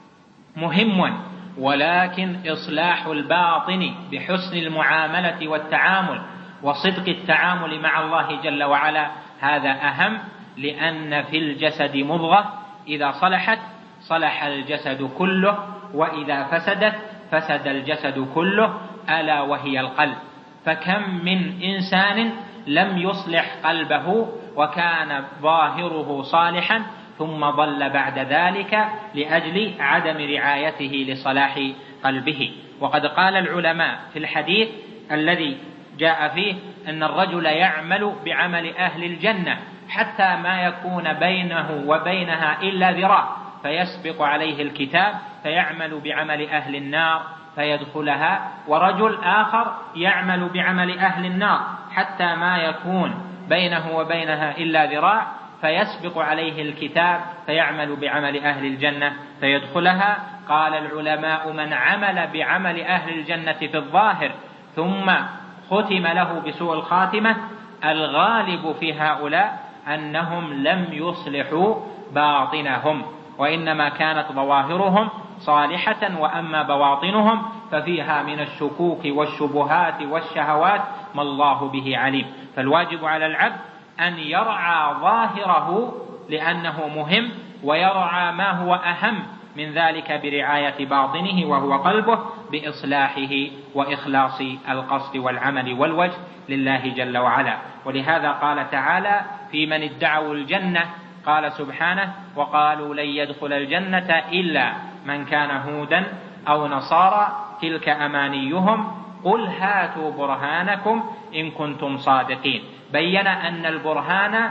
مهم، ولكن إصلاح الباطن بحسن المعاملة والتعامل وصدق التعامل مع الله جل وعلا هذا أهم، لأن في الجسد مضغة إذا صلحت صلح الجسد كله، وإذا فسدت فسد الجسد كله، ألا وهي القلب. فكم من إنسان لم يصلح قلبه وكان ظاهره صالحا ثم ضل بعد ذلك لأجل عدم رعايته لصلاح قلبه. وقد قال العلماء في الحديث الذي جاء فيه أن الرجل يعمل بعمل أهل الجنة حتى ما يكون بينه وبينها إلا ذراع فيسبق عليه الكتاب فيعمل بعمل أهل النار فيدخلها، ورجل آخر يعمل بعمل أهل النار حتى ما يكون بينه وبينها إلا ذراع فيسبق عليه الكتاب فيعمل بعمل أهل الجنة فيدخلها. قال العلماء: من عمل بعمل أهل الجنة في الظاهر ثم ختم له بسوء الخاتمة، الغالب في هؤلاء أنهم لم يصلحوا باطنهم، وإنما كانت ظواهرهم صالحة، وأما بواطنهم ففيها من الشكوك والشبهات والشهوات ما الله به عليم. فالواجب على العبد أن يرعى ظاهره لأنه مهم، ويرعى ما هو أهم من ذلك برعاية باطنه وهو قلبه بإصلاحه وإخلاص القصد والعمل والوجه لله جل وعلا. ولهذا قال تعالى في من ادعوا الجنة، قال سبحانه: وقالوا لن يدخل الجنة إلا من كان هودا أو نصارى تلك أمانيهم قل هاتوا برهانكم إن كنتم صادقين. بين أن البرهان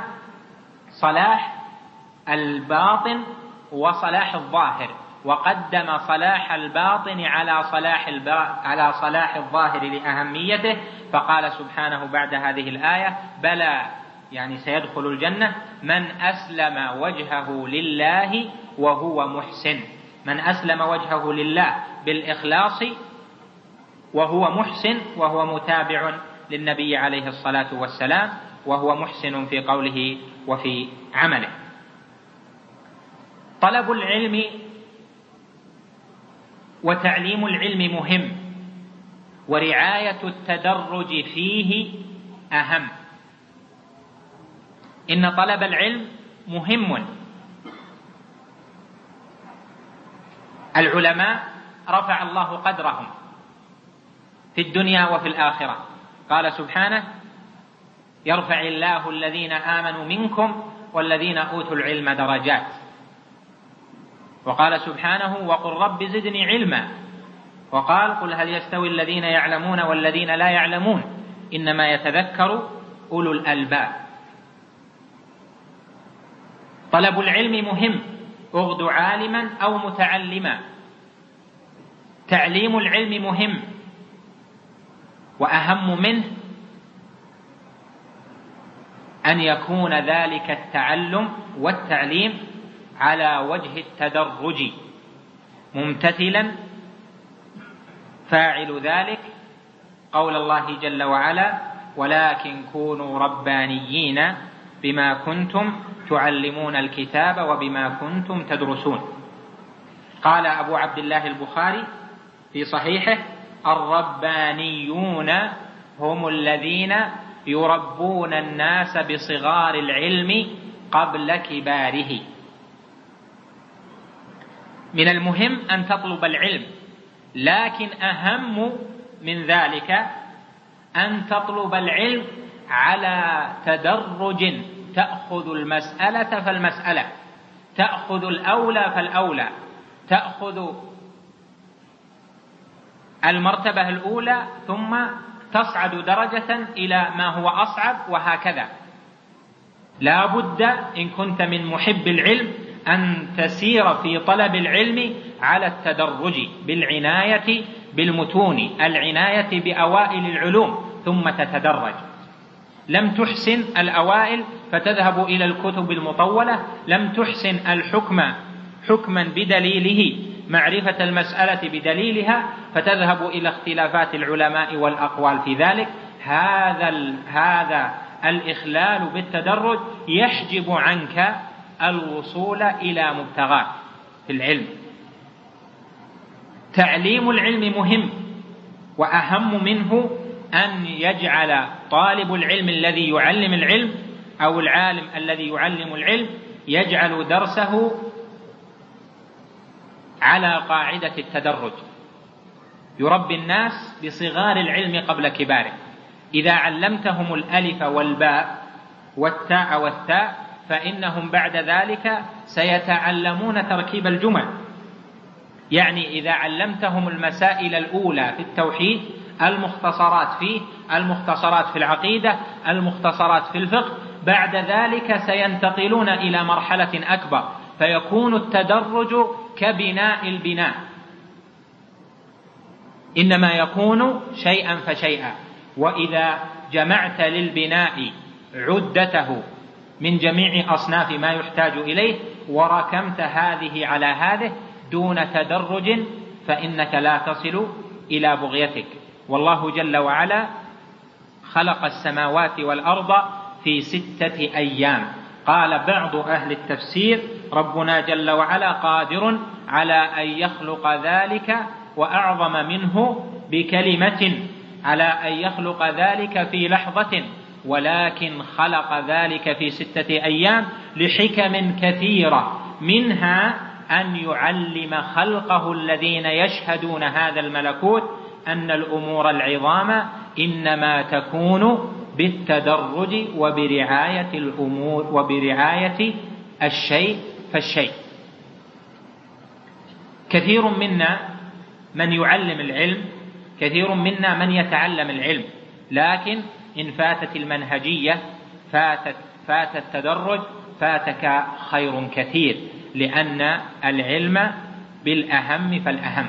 صلاح الباطن وصلاح الظاهر، وقدم صلاح الباطن على صلاح على صلاح الظاهر لأهميته، فقال سبحانه بعد هذه الآية: بلى، يعني سيدخل الجنة من أسلم وجهه لله وهو محسن. من أسلم وجهه لله بالإخلاص وهو محسن، وهو متابع للنبي عليه الصلاة والسلام، وهو محسن في قوله وفي عمله. طلب العلم وتعليم العلم مهم، ورعاية التدرج فيه أهم. إن طلب العلم مهم. العلماء رفع الله قدرهم في الدنيا وفي الآخرة. قال سبحانه: يرفع الله الذين آمنوا منكم والذين أوتوا العلم درجات. وقال سبحانه: وقل رب زدني علما. وقال: قل هل يستوي الذين يعلمون والذين لا يعلمون إنما يتذكر أولو الألباب. طلب العلم مهم، اغد عالما أو متعلما. تعليم العلم مهم، وأهم منه أن يكون ذلك التعلم والتعليم على وجه التدرج، ممتثلا فاعل ذلك قول الله جل وعلا: ولكن كونوا ربانيين بما كنتم تعلمون الكتاب وبما كنتم تدرسون. قال أبو عبد الله البخاري في صحيحه: الربانيون هم الذين يربون الناس بصغار العلم قبل كباره. من المهم أن تطلب العلم، لكن أهم من ذلك أن تطلب العلم على تدرج، تأخذ المسألة فالمسألة، تأخذ الأولى فالأولى، تأخذ المرتبة الأولى ثم تصعد درجة إلى ما هو أصعب، وهكذا. لا بد إن كنت من محب العلم أن تسير في طلب العلم على التدرج بالعناية بالمتون، العناية بأوائل العلوم ثم تتدرج. لم تحسن الأوائل فتذهب إلى الكتب المطولة، لم تحسن الحكم حكما بدليله، معرفة المسألة بدليلها، فتذهب إلى اختلافات العلماء والأقوال في ذلك. هذا هذا الإخلال بالتدرج يحجب عنك الوصول إلى مبتغاك في العلم. تعليم العلم مهم، وأهم منه أن يجعل طالب العلم الذي يعلم العلم أو العالم الذي يعلم العلم يجعل درسه على قاعدة التدرج، يربي الناس بصغار العلم قبل كباره. إذا علمتهم الألف والباء والتاء والثاء فإنهم بعد ذلك سيتعلمون تركيب الجمل. يعني إذا علمتهم المسائل الأولى في التوحيد، المختصرات فيه، المختصرات في العقيدة، المختصرات في الفقه، بعد ذلك سينتقلون إلى مرحلة أكبر، فيكون التدرج كبناء البناء، إنما يكون شيئا فشيئا. وإذا جمعت للبناء عدته من جميع أصناف ما يحتاج إليه وركمت هذه على هذه دون تدرج فإنك لا تصل إلى بغيتك. والله جل وعلا خلق السماوات والأرض في ستة أيام. قال بعض أهل التفسير ربنا جل وعلا قادر على أن يخلق ذلك وأعظم منه بكلمة، على أن يخلق ذلك في لحظة، ولكن خلق ذلك في ستة أيام لحكم كثيرة، منها أن يعلم خلقه الذين يشهدون هذا الملكوت أن الأمور العظام إنما تكون بالتدرج وبرعاية الأمور وبرعاية الشيء فالشيء. كثير منا من يعلم العلم، كثير منا من يتعلم العلم، لكن إن فاتت المنهجية فاتت فات التدرج فاتك خير كثير، لأن العلم بالأهم فالأهم.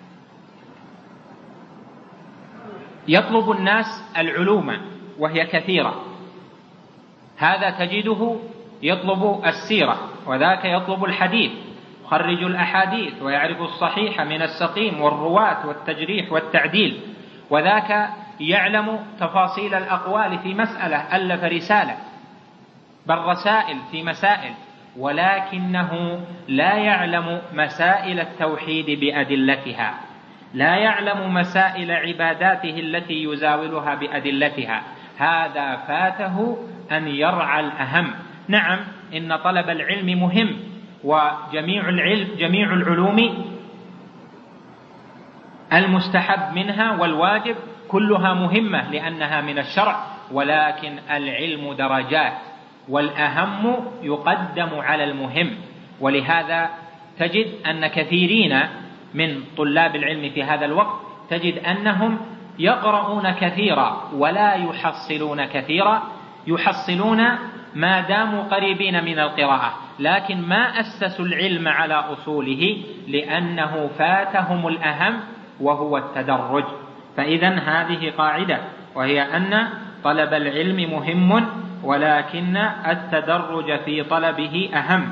يطلب الناس العلوم وهي كثيرة، هذا تجده يطلب السيرة، وذاك يطلب الحديث، يخرج الأحاديث ويعرف الصحيح من السقيم والرواة والتجريح والتعديل، وذاك يعلم تفاصيل الأقوال في مسألة، ألف رسالة، بل رسائل في مسائل، ولكنه لا يعلم مسائل التوحيد بأدلتها، لا يعلم مسائل عباداته التي يزاولها بأدلتها. هذا فاته أن يرعى الأهم. نعم، إن طلب العلم مهم، وجميع العلم جميع العلوم المستحب منها والواجب كلها مهمة لأنها من الشرع، ولكن العلم درجات، والأهم يقدم على المهم. ولهذا تجد أن كثيرين من طلاب العلم في هذا الوقت تجد أنهم يقرؤون كثيرا ولا يحصلون كثيرا، يحصلون ما داموا قريبين من القراءة، لكن ما أسسوا العلم على أصوله لأنه فاتهم الأهم وهو التدرج. فإذن هذه قاعدة، وهي أن طلب العلم مهم، ولكن التدرج في طلبه أهم.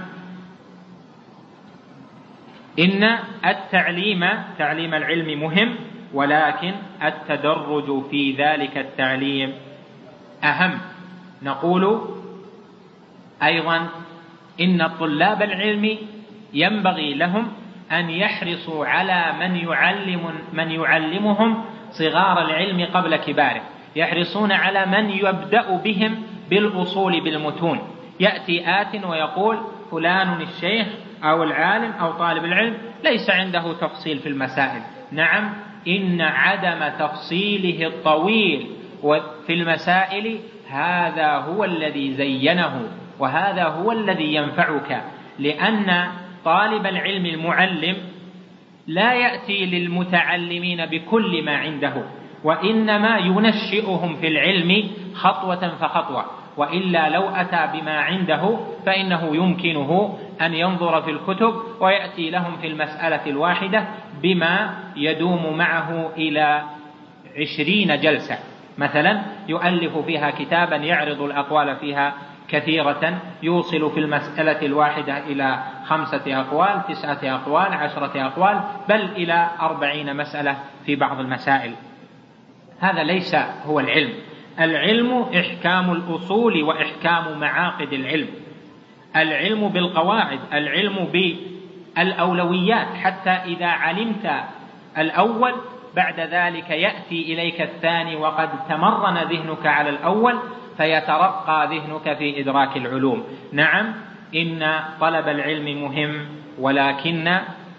إن التعليم تعليم العلم مهم، ولكن التدرج في ذلك التعليم أهم. نقول أيضا إن طلاب العلم ينبغي لهم أن يحرصوا على من يعلم من يعلمهم صغار العلم قبل كباره، يحرصون على من يبدأ بهم بالأصول بالمتون. يأتي آت ويقول فلان الشيخ أو العالم أو طالب العلم ليس عنده تفصيل في المسائل. نعم، إن عدم تفصيله الطويل في المسائل هذا هو الذي زينه، وهذا هو الذي ينفعك، لأن طالب العلم المعلم لا يأتي للمتعلمين بكل ما عنده، وإنما ينشئهم في العلم خطوة فخطوة. وإلا لو أتى بما عنده فإنه يمكنه أن ينظر في الكتب ويأتي لهم في المسألة الواحدة بما يدوم معه إلى عشرين جلسة مثلا، يؤلف فيها كتابا يعرض الأقوال فيها كثيرة، يوصل في المسألة الواحدة إلى خمسة أقوال، تسعة أقوال، عشرة أقوال، بل إلى أربعين مسألة في بعض المسائل. هذا ليس هو العلم. العلم إحكام الأصول وإحكام معاقد العلم، العلم بالقواعد، العلم بالأولويات، حتى إذا علمت الأول بعد ذلك يأتي إليك الثاني وقد تمرن ذهنك على الأول فيترقى ذهنك في إدراك العلوم. نعم، إن طلب العلم مهم، ولكن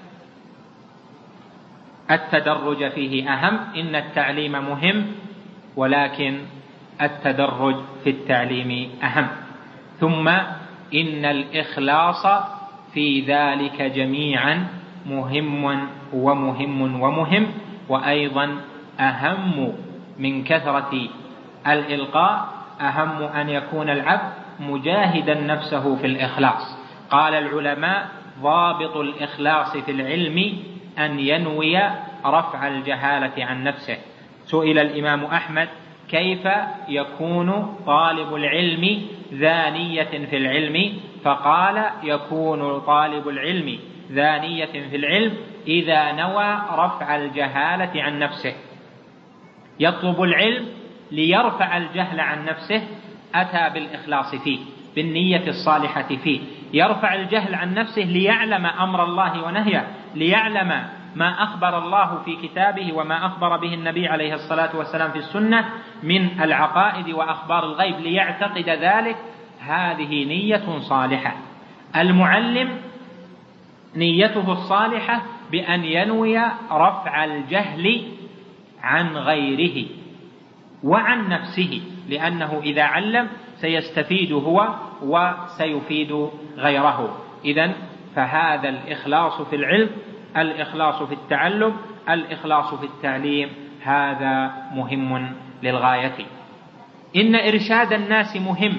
التدرج فيه أهم. إن التعليم مهم، ولكن التدرج في التعليم أهم. ثم إن الإخلاص في ذلك جميعا مهم ومهم ومهم، وأيضا أهم من كثرة الإلقاء أهم أن يكون العبد مجاهدا نفسه في الإخلاص. قال العلماء: ضابط الإخلاص في العلم أن ينوي رفع الجهالة عن نفسه. سئل الإمام أحمد: كيف يكون طالب العلم ذا نية في العلم؟ فقال: يكون طالب العلم ذا نية في العلم إذا نوى رفع الجهالة عن نفسه. يطلب العلم ليرفع الجهل عن نفسه، أتى بالإخلاص فيه، بالنية الصالحة فيه. يرفع الجهل عن نفسه ليعلم أمر الله ونهيه، ليعلم ما أخبر الله في كتابه وما أخبر به النبي عليه الصلاة والسلام في السنة من العقائد وأخبار الغيب، ليعتقد ذلك. هذه نية صالحة. المعلم نيته الصالحة بأن ينوي رفع الجهل عن غيره وعن نفسه، لأنه إذا علم سيستفيد هو وسيفيد غيره. إذن فهذا الإخلاص في العلم، الإخلاص في التعلم، الإخلاص في التعليم، هذا مهم للغاية. إن إرشاد الناس مهم،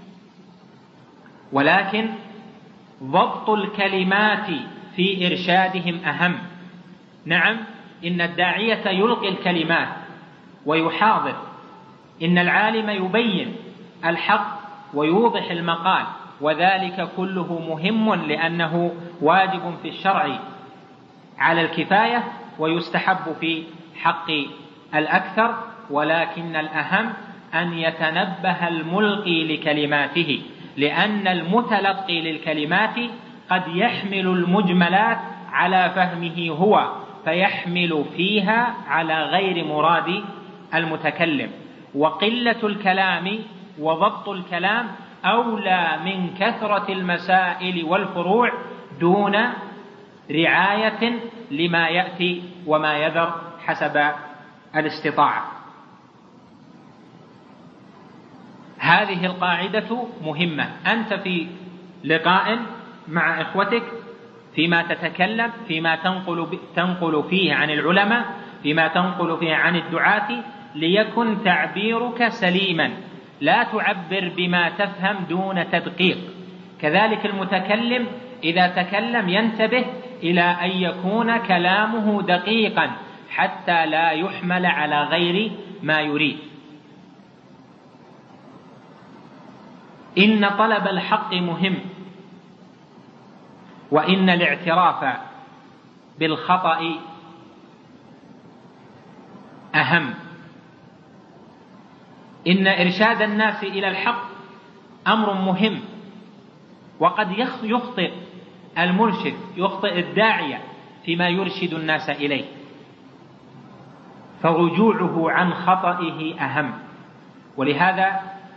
ولكن ضبط الكلمات في إرشادهم أهم. نعم، إن الداعية يلقي الكلمات ويحاضر، إن العالم يبين الحق ويوضح المقال، وذلك كله مهم، لأنه واجب في الشرع على الكفاية ويستحب في حق الأكثر. ولكن الأهم أن يتنبه الملقي لكلماته، لأن المتلقي للكلمات قد يحمل المجملات على فهمه هو، فيحمل فيها على غير مراد المتكلم. وقلة الكلام وضبط الكلام أولى من كثرة المسائل والفروع دون رعاية لما يأتي وما يذر حسب الاستطاعة. هذه القاعدة مهمة. أنت في لقاء مع إخوتك، فيما تتكلم، فيما تنقل, تنقل فيه عن العلماء، فيما تنقل فيه عن الدعاة، ليكن تعبيرك سليما، لا تعبر بما تفهم دون تدقيق. كذلك المتكلم إذا تكلم ينتبه إلى أن يكون كلامه دقيقا حتى لا يحمل على غير ما يريد. إن طلب الحق مهم، وإن الاعتراف بالخطأ أهم. إن إرشاد الناس إلى الحق أمر مهم، وقد يخطئ المرشد، يخطئ الداعية فيما يرشد الناس إليه، فرجوعه عن خطئه أهم. ولهذا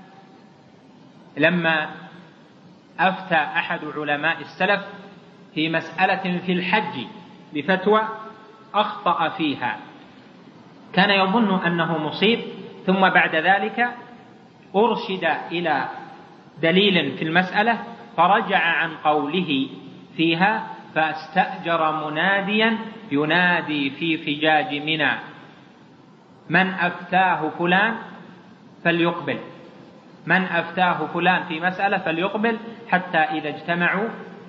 لما أفتى أحد علماء السلف في مسألة في الحج بفتوى أخطأ فيها، كان يظن أنه مصيب، ثم بعد ذلك أرشد إلى دليل في المسألة فرجع عن قوله فيها، فاستأجر مناديا ينادي في فجاج منى: من أفتاه فلان فليقبل. من أفتاه فلان في مسألة فليقبل، حتى إذا اجتمعوا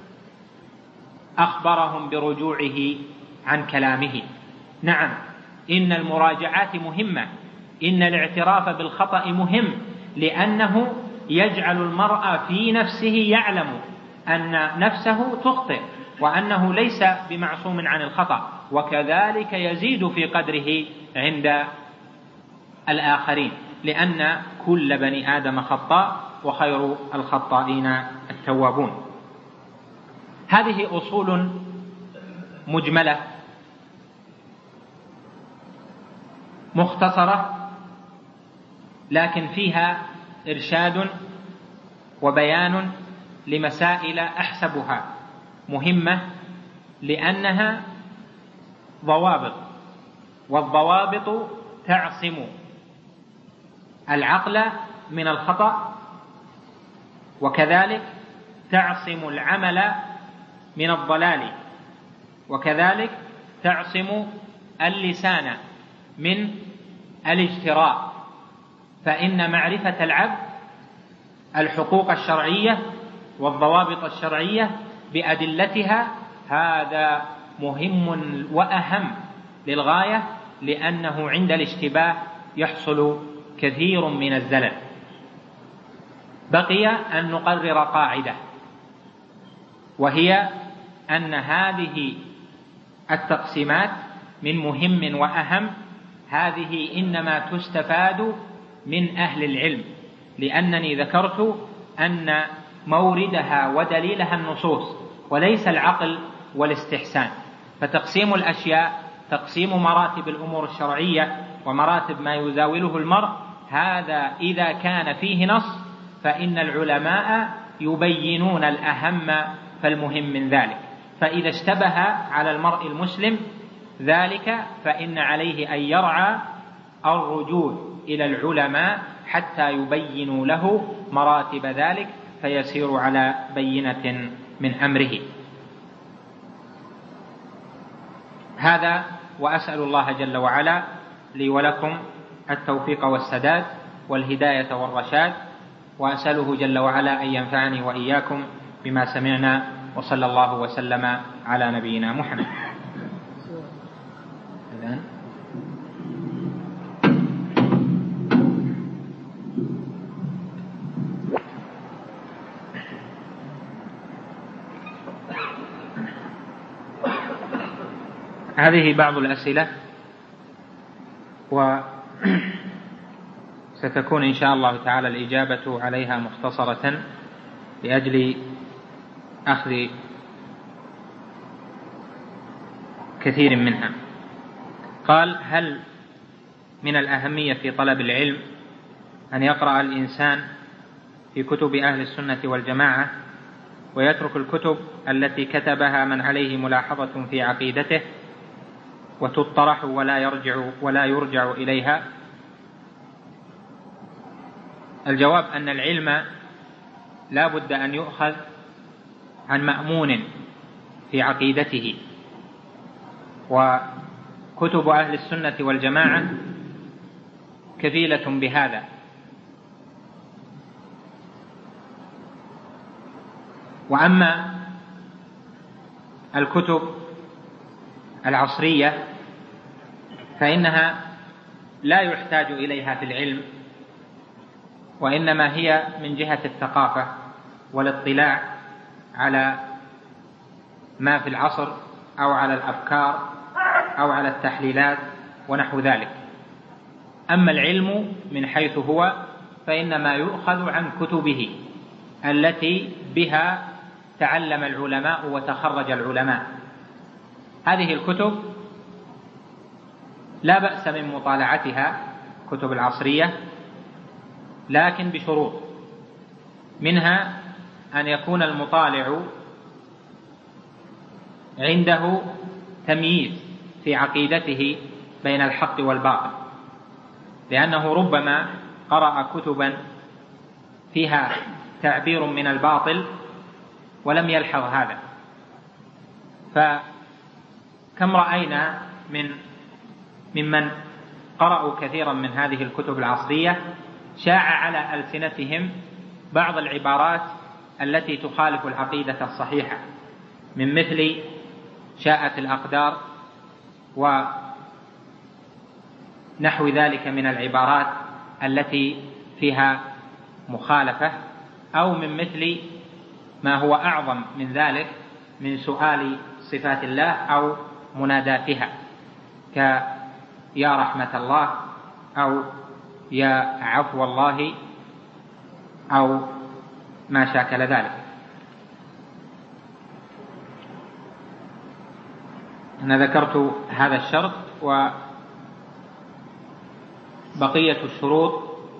أخبرهم برجوعه عن كلامه. نعم، إن المراجعات مهمة، إن الاعتراف بالخطأ مهم، لأنه يجعل المرء في نفسه يعلم أن نفسه تخطئ وأنه ليس بمعصوم عن الخطأ، وكذلك يزيد في قدره عند الآخرين، لأن كل بني آدم خطاء وخير الخطائين التوابون. هذه أصول مجملة مختصرة، لكن فيها إرشاد وبيان لمسائل أحسبها مهمة، لأنها ضوابط، والضوابط تعصم العقل من الخطأ، وكذلك تعصم العمل من الضلال، وكذلك تعصم اللسان من الاجتراء. فإن معرفة العبد الحقوق الشرعية والضوابط الشرعية بأدلتها هذا مهم وأهم للغاية، لأنه عند الاشتباه يحصل كثير من الزلل. بقي أن نقرر قاعدة، وهي أن هذه التقسيمات من مهم وأهم هذه إنما تستفاد من أهل العلم، لأنني ذكرت أن موردها ودليلها النصوص وليس العقل والاستحسان. فتقسيم الأشياء تقسيم مراتب الأمور الشرعية ومراتب ما يزاوله المرء، هذا إذا كان فيه نص فإن العلماء يبينون الأهم فالمهم من ذلك. فإذا اشتبه على المرء المسلم ذلك فإن عليه أن يرعى الرجوع إلى العلماء حتى يبينوا له مراتب ذلك فيسير على بينة من أمره. هذا، وأسأل الله جل وعلا لي ولكم التوفيق والسداد والهداية والرشاد، وأسأله جل وعلا أن ينفعني وإياكم بما سمعنا، وصلى الله وسلم على نبينا محمد. هذه بعض الأسئلة، وستكون إن شاء الله تعالى الإجابة عليها مختصرة لأجل أخذ كثير منها. قال: هل من الأهمية في طلب العلم أن يقرأ الإنسان في كتب أهل السنة والجماعة ويترك الكتب التي كتبها من عليه ملاحظة في عقيدته وتطرح ولا يرجع ولا يرجع إليها؟ الجواب أن العلم لا بد أن يؤخذ عن مأمون في عقيدته، وكتب أهل السنة والجماعة كفيلة بهذا. وأما الكتب العصرية فإنها لا يحتاج إليها في العلم، وإنما هي من جهة الثقافة والاطلاع على ما في العصر أو على الأفكار أو على التحليلات ونحو ذلك. أما العلم من حيث هو فإنما يؤخذ عن كتبه التي بها تعلم العلماء وتخرج العلماء. هذه الكتب لا بأس من مطالعتها، كتب العصرية، لكن بشروط، منها أن يكون المطالع عنده تمييز في عقيدته بين الحق والباطل، لأنه ربما قرأ كتبا فيها تعبير من الباطل ولم يلحظ هذا. فكم رأينا من ممن قرأوا كثيرا من هذه الكتب العصرية شاع على ألسنتهم بعض العبارات التي تخالف العقيدة الصحيحة، من مثل شاءت الأقدار ونحو ذلك من العبارات التي فيها مخالفة، أو من مثل ما هو أعظم من ذلك من سؤال صفات الله أو مناداتها، كيا رحمة الله أو يا عفو الله أو ما شاكل ذلك. أنا ذكرت هذا الشرط، وبقية الشروط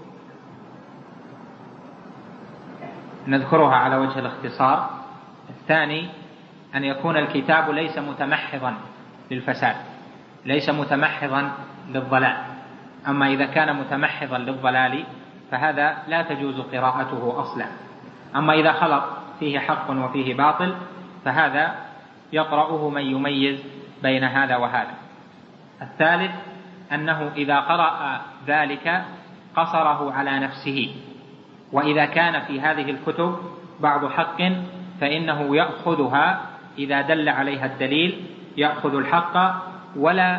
نذكرها على وجه الاختصار. الثاني أن يكون الكتاب ليس متمحضا للفساد، ليس متمحضا للضلال. أما إذا كان متمحضا للضلال فهذا لا تجوز قراءته أصلا. أما إذا خلط فيه حق وفيه باطل فهذا يقرأه من يميز بين هذا وهذا. الثالث أنه إذا قرأ ذلك قصره على نفسه، وإذا كان في هذه الكتب بعض حق فإنه يأخذها إذا دل عليها الدليل، يأخذ الحق ولا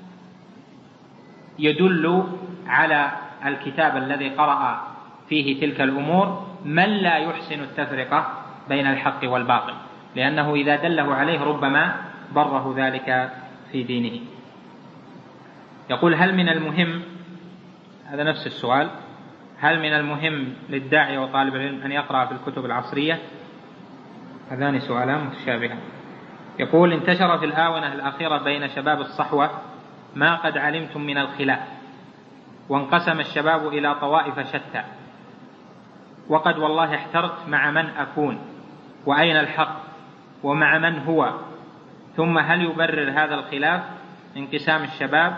يدل على الكتاب الذي قرأ فيه تلك الأمور من لا يحسن التفرقة بين الحق والباطل، لأنه إذا دله عليه ربما ضره ذلك في دينه. يقول: هل من المهم، هذا نفس السؤال، هل من المهم للداعية وطالب العلم أن يقرأ في الكتب العصرية؟ هذان سؤالان متشابهان. يقول: انتشر في الآونة الأخيرة بين شباب الصحوة ما قد علمتم من الخلاف، وانقسم الشباب إلى طوائف شتى، وقد والله احترت مع من أكون، وأين الحق، ومع من هو، ثم هل يبرر هذا الخلاف انقسام الشباب؟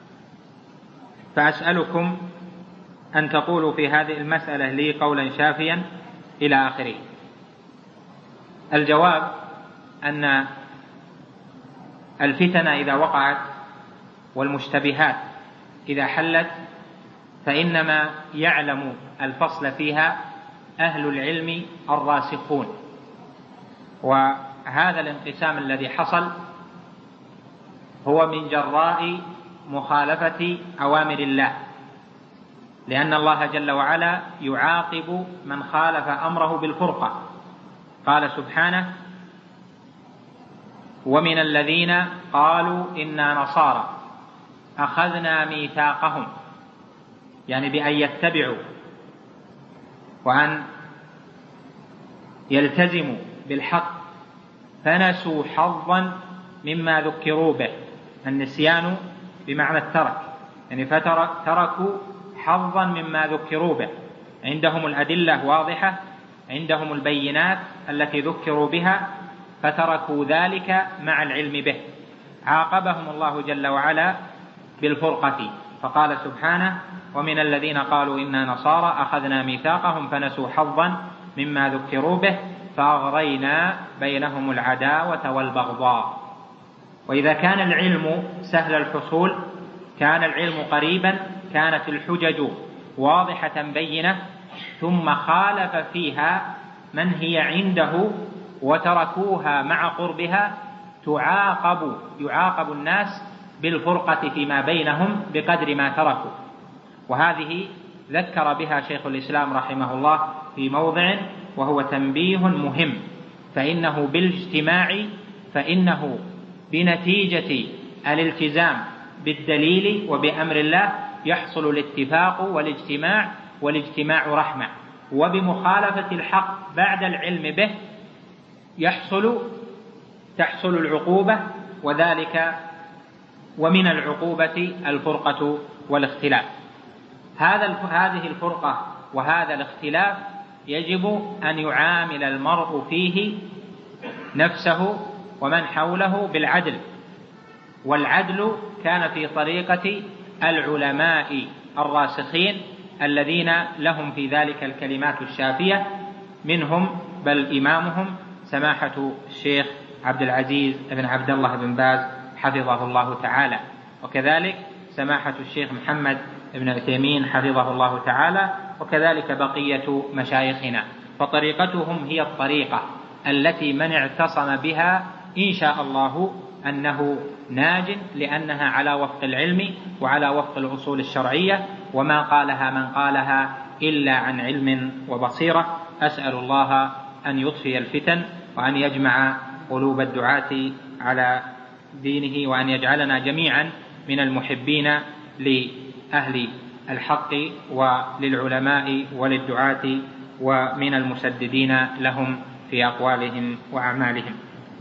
فأسألكم أن تقولوا في هذه المسألة لي قولا شافيا إلى آخره. الجواب أن الفتن إذا وقعت والمشتبهات إذا حلت فإنما يعلم الفصل فيها أهل العلم الراسخون، وهذا الانقسام الذي حصل هو من جراء مخالفة أوامر الله، لأن الله جل وعلا يعاقب من خالف أمره بالفرقة. قال سبحانه: ومن الذين قالوا إنا نصارى أخذنا ميثاقهم، يعني بأن يتبعوا وأن يلتزموا بالحق، فنسوا حظا مما ذكروا به. النسيان بمعنى الترك، يعني فتركوا حظا مما ذكروا به. عندهم الأدلة واضحة، عندهم البينات التي ذكروا بها، فتركوا ذلك مع العلم به. عاقبهم الله جل وعلا بالفرقة، فقال سبحانه: ومن الذين قالوا إنا نصارى أخذنا ميثاقهم فنسوا حظا مما ذكروا به فأغرينا بينهم العداوة والبغضاء. وإذا كان العلم سهل الحصول، كان العلم قريبا، كانت الحجج واضحة بينة، ثم خالف فيها من هي عنده وتركوها مع قربها، تعاقب يعاقب الناس بالفرقة فيما بينهم بقدر ما تركوا. وهذه ذكر بها شيخ الإسلام رحمه الله في موضع، وهو تنبيه مهم، فإنه بالاجتماع فإنه بنتيجة الالتزام بالدليل وبأمر الله يحصل الاتفاق والاجتماع، والاجتماع رحمة، وبمخالفة الحق بعد العلم به يحصل تحصل العقوبة، وذلك ومن العقوبة الفرقة والاختلاف. هذا هذه الفرقة وهذا الاختلاف يجب أن يعامل المرء فيه نفسه ومن حوله بالعدل، والعدل كان في طريقة العلماء الراسخين الذين لهم في ذلك الكلمات الشافية، منهم بل إمامهم سماحة الشيخ عبد العزيز بن عبد الله بن باز حفظه الله تعالى، وكذلك سماحة الشيخ محمد ابن عثيمين حفظه الله تعالى، وكذلك بقية مشايخنا. فطريقتهم هي الطريقة التي من اعتصم بها إن شاء الله أنه ناج، لأنها على وفق العلم وعلى وفق الأصول الشرعية، وما قالها من قالها إلا عن علم وبصيرة. أسأل الله أن يطفي الفتن، وأن يجمع قلوب الدعاة على دينه، وأن يجعلنا جميعا من المحبين لأهل الحق وللعلماء وللدعاة، ومن المسددين لهم في أقوالهم وأعمالهم.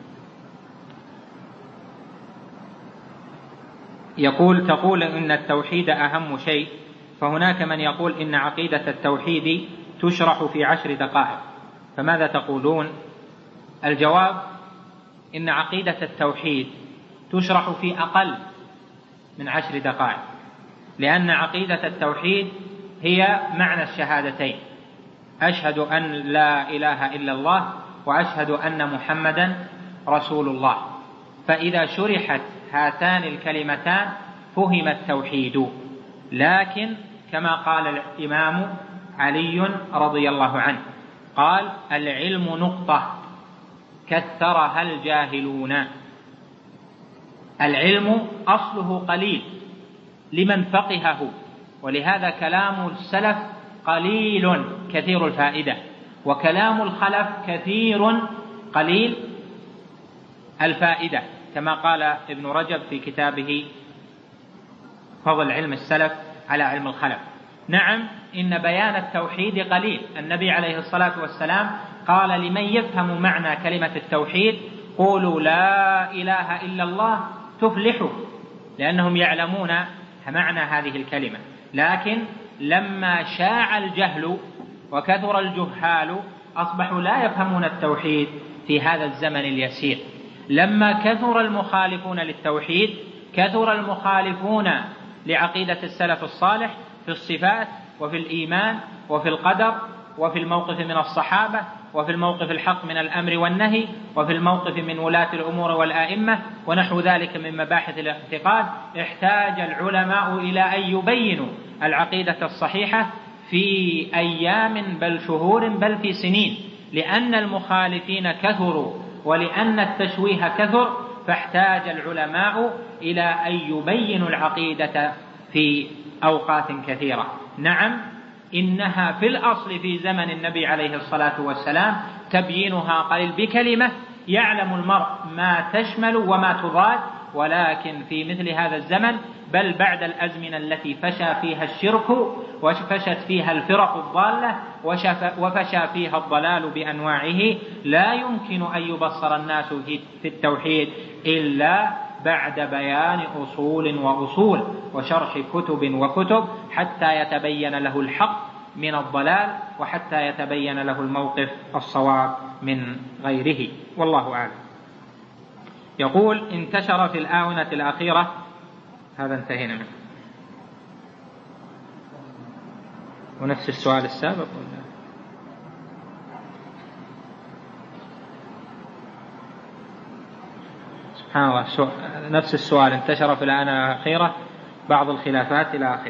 يقول تقول إن التوحيد أهم شيء، فهناك من يقول إن عقيدة التوحيد تشرح في عشر دقائق، فماذا تقولون؟ الجواب: إن عقيدة التوحيد تشرح في أقل من عشر دقائق، لأن عقيدة التوحيد هي معنى الشهادتين: أشهد أن لا إله إلا الله وأشهد أن محمدا رسول الله. فإذا شرحت هاتان الكلمتان فهم التوحيد. لكن كما قال الإمام علي رضي الله عنه قال: العلم نقطة كثرها الجاهلون. العلم أصله قليل لمن فقهه، ولهذا كلام السلف قليل كثير الفائدة، وكلام الخلف كثير قليل الفائدة، كما قال ابن رجب في كتابه فضل علم السلف على علم الخلف. نعم، إن بيان التوحيد قليل. النبي عليه الصلاة والسلام قال لمن يفهم معنى كلمة التوحيد: قولوا لا إله إلا الله تفلحوا، لأنهم يعلمون معنى هذه الكلمة. لكن لما شاع الجهل وكثر الجهال أصبحوا لا يفهمون التوحيد في هذا الزمن اليسير. لما كثر المخالفون للتوحيد، كثر المخالفون لعقيدة السلف الصالح في الصفات وفي الإيمان وفي القدر وفي الموقف من الصحابة وفي الموقف الحق من الأمر والنهي وفي الموقف من ولاة الأمور والآئمة ونحو ذلك من مباحث الاعتقاد، احتاج العلماء إلى أن يبينوا العقيدة الصحيحة في أيام بل شهور بل في سنين، لأن المخالفين كثروا ولأن التشويه كثر، فاحتاج العلماء إلى أن يبينوا العقيدة في أوقات كثيرة. نعم، إنها في الأصل في زمن النبي عليه الصلاة والسلام تبيينها قليل بكلمة يعلم المرء ما تشمل وما تضاد، ولكن في مثل هذا الزمن بل بعد الأزمنة التي فشى فيها الشرك وفشت فيها الفرق الضالة وفشى فيها الضلال بأنواعه، لا يمكن أن يبصر الناس في التوحيد إلا بعد بيان أصول وأصول وشرح كتب وكتب، حتى يتبين له الحق من الضلال وحتى يتبين له الموقف الصواب من غيره، والله أعلم. يقول: انتشر في الآونة الأخيرة، هذا انتهينا منه، ونفس السؤال السابق ولا؟ سبحان الله، نفس السؤال انتشر في الآونة الأخيرة بعض الخلافات إلى آخره.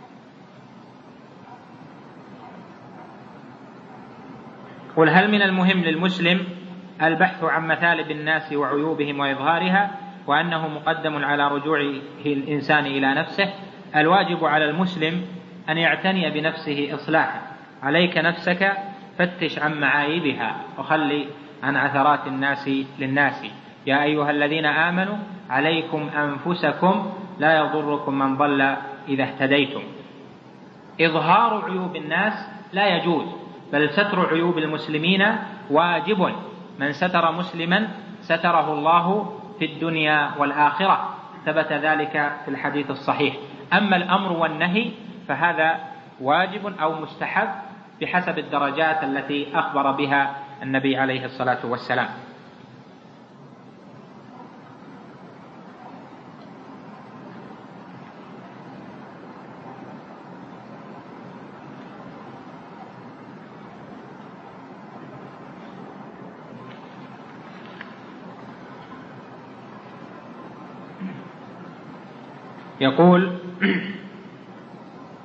قل: هل من المهم للمسلم البحث عن مثالب الناس وعيوبهم وإظهارها، وأنه مقدم على رجوع الإنسان إلى نفسه؟ الواجب على المسلم أن يعتني بنفسه إصلاحا. عليك نفسك، فتش عن معايبها وخلي عن عثرات الناس للناس. يا أيها الذين آمنوا عليكم أنفسكم لا يضركم من ضل إذا اهتديتم. إظهار عيوب الناس لا يجوز، بل ستر عيوب المسلمين واجب. من ستر مسلما ستره الله في الدنيا والآخرة، ثبت ذلك في الحديث الصحيح. أما الأمر والنهي فهذا واجب أو مستحب بحسب الدرجات التي أخبر بها النبي عليه الصلاة والسلام. يقول: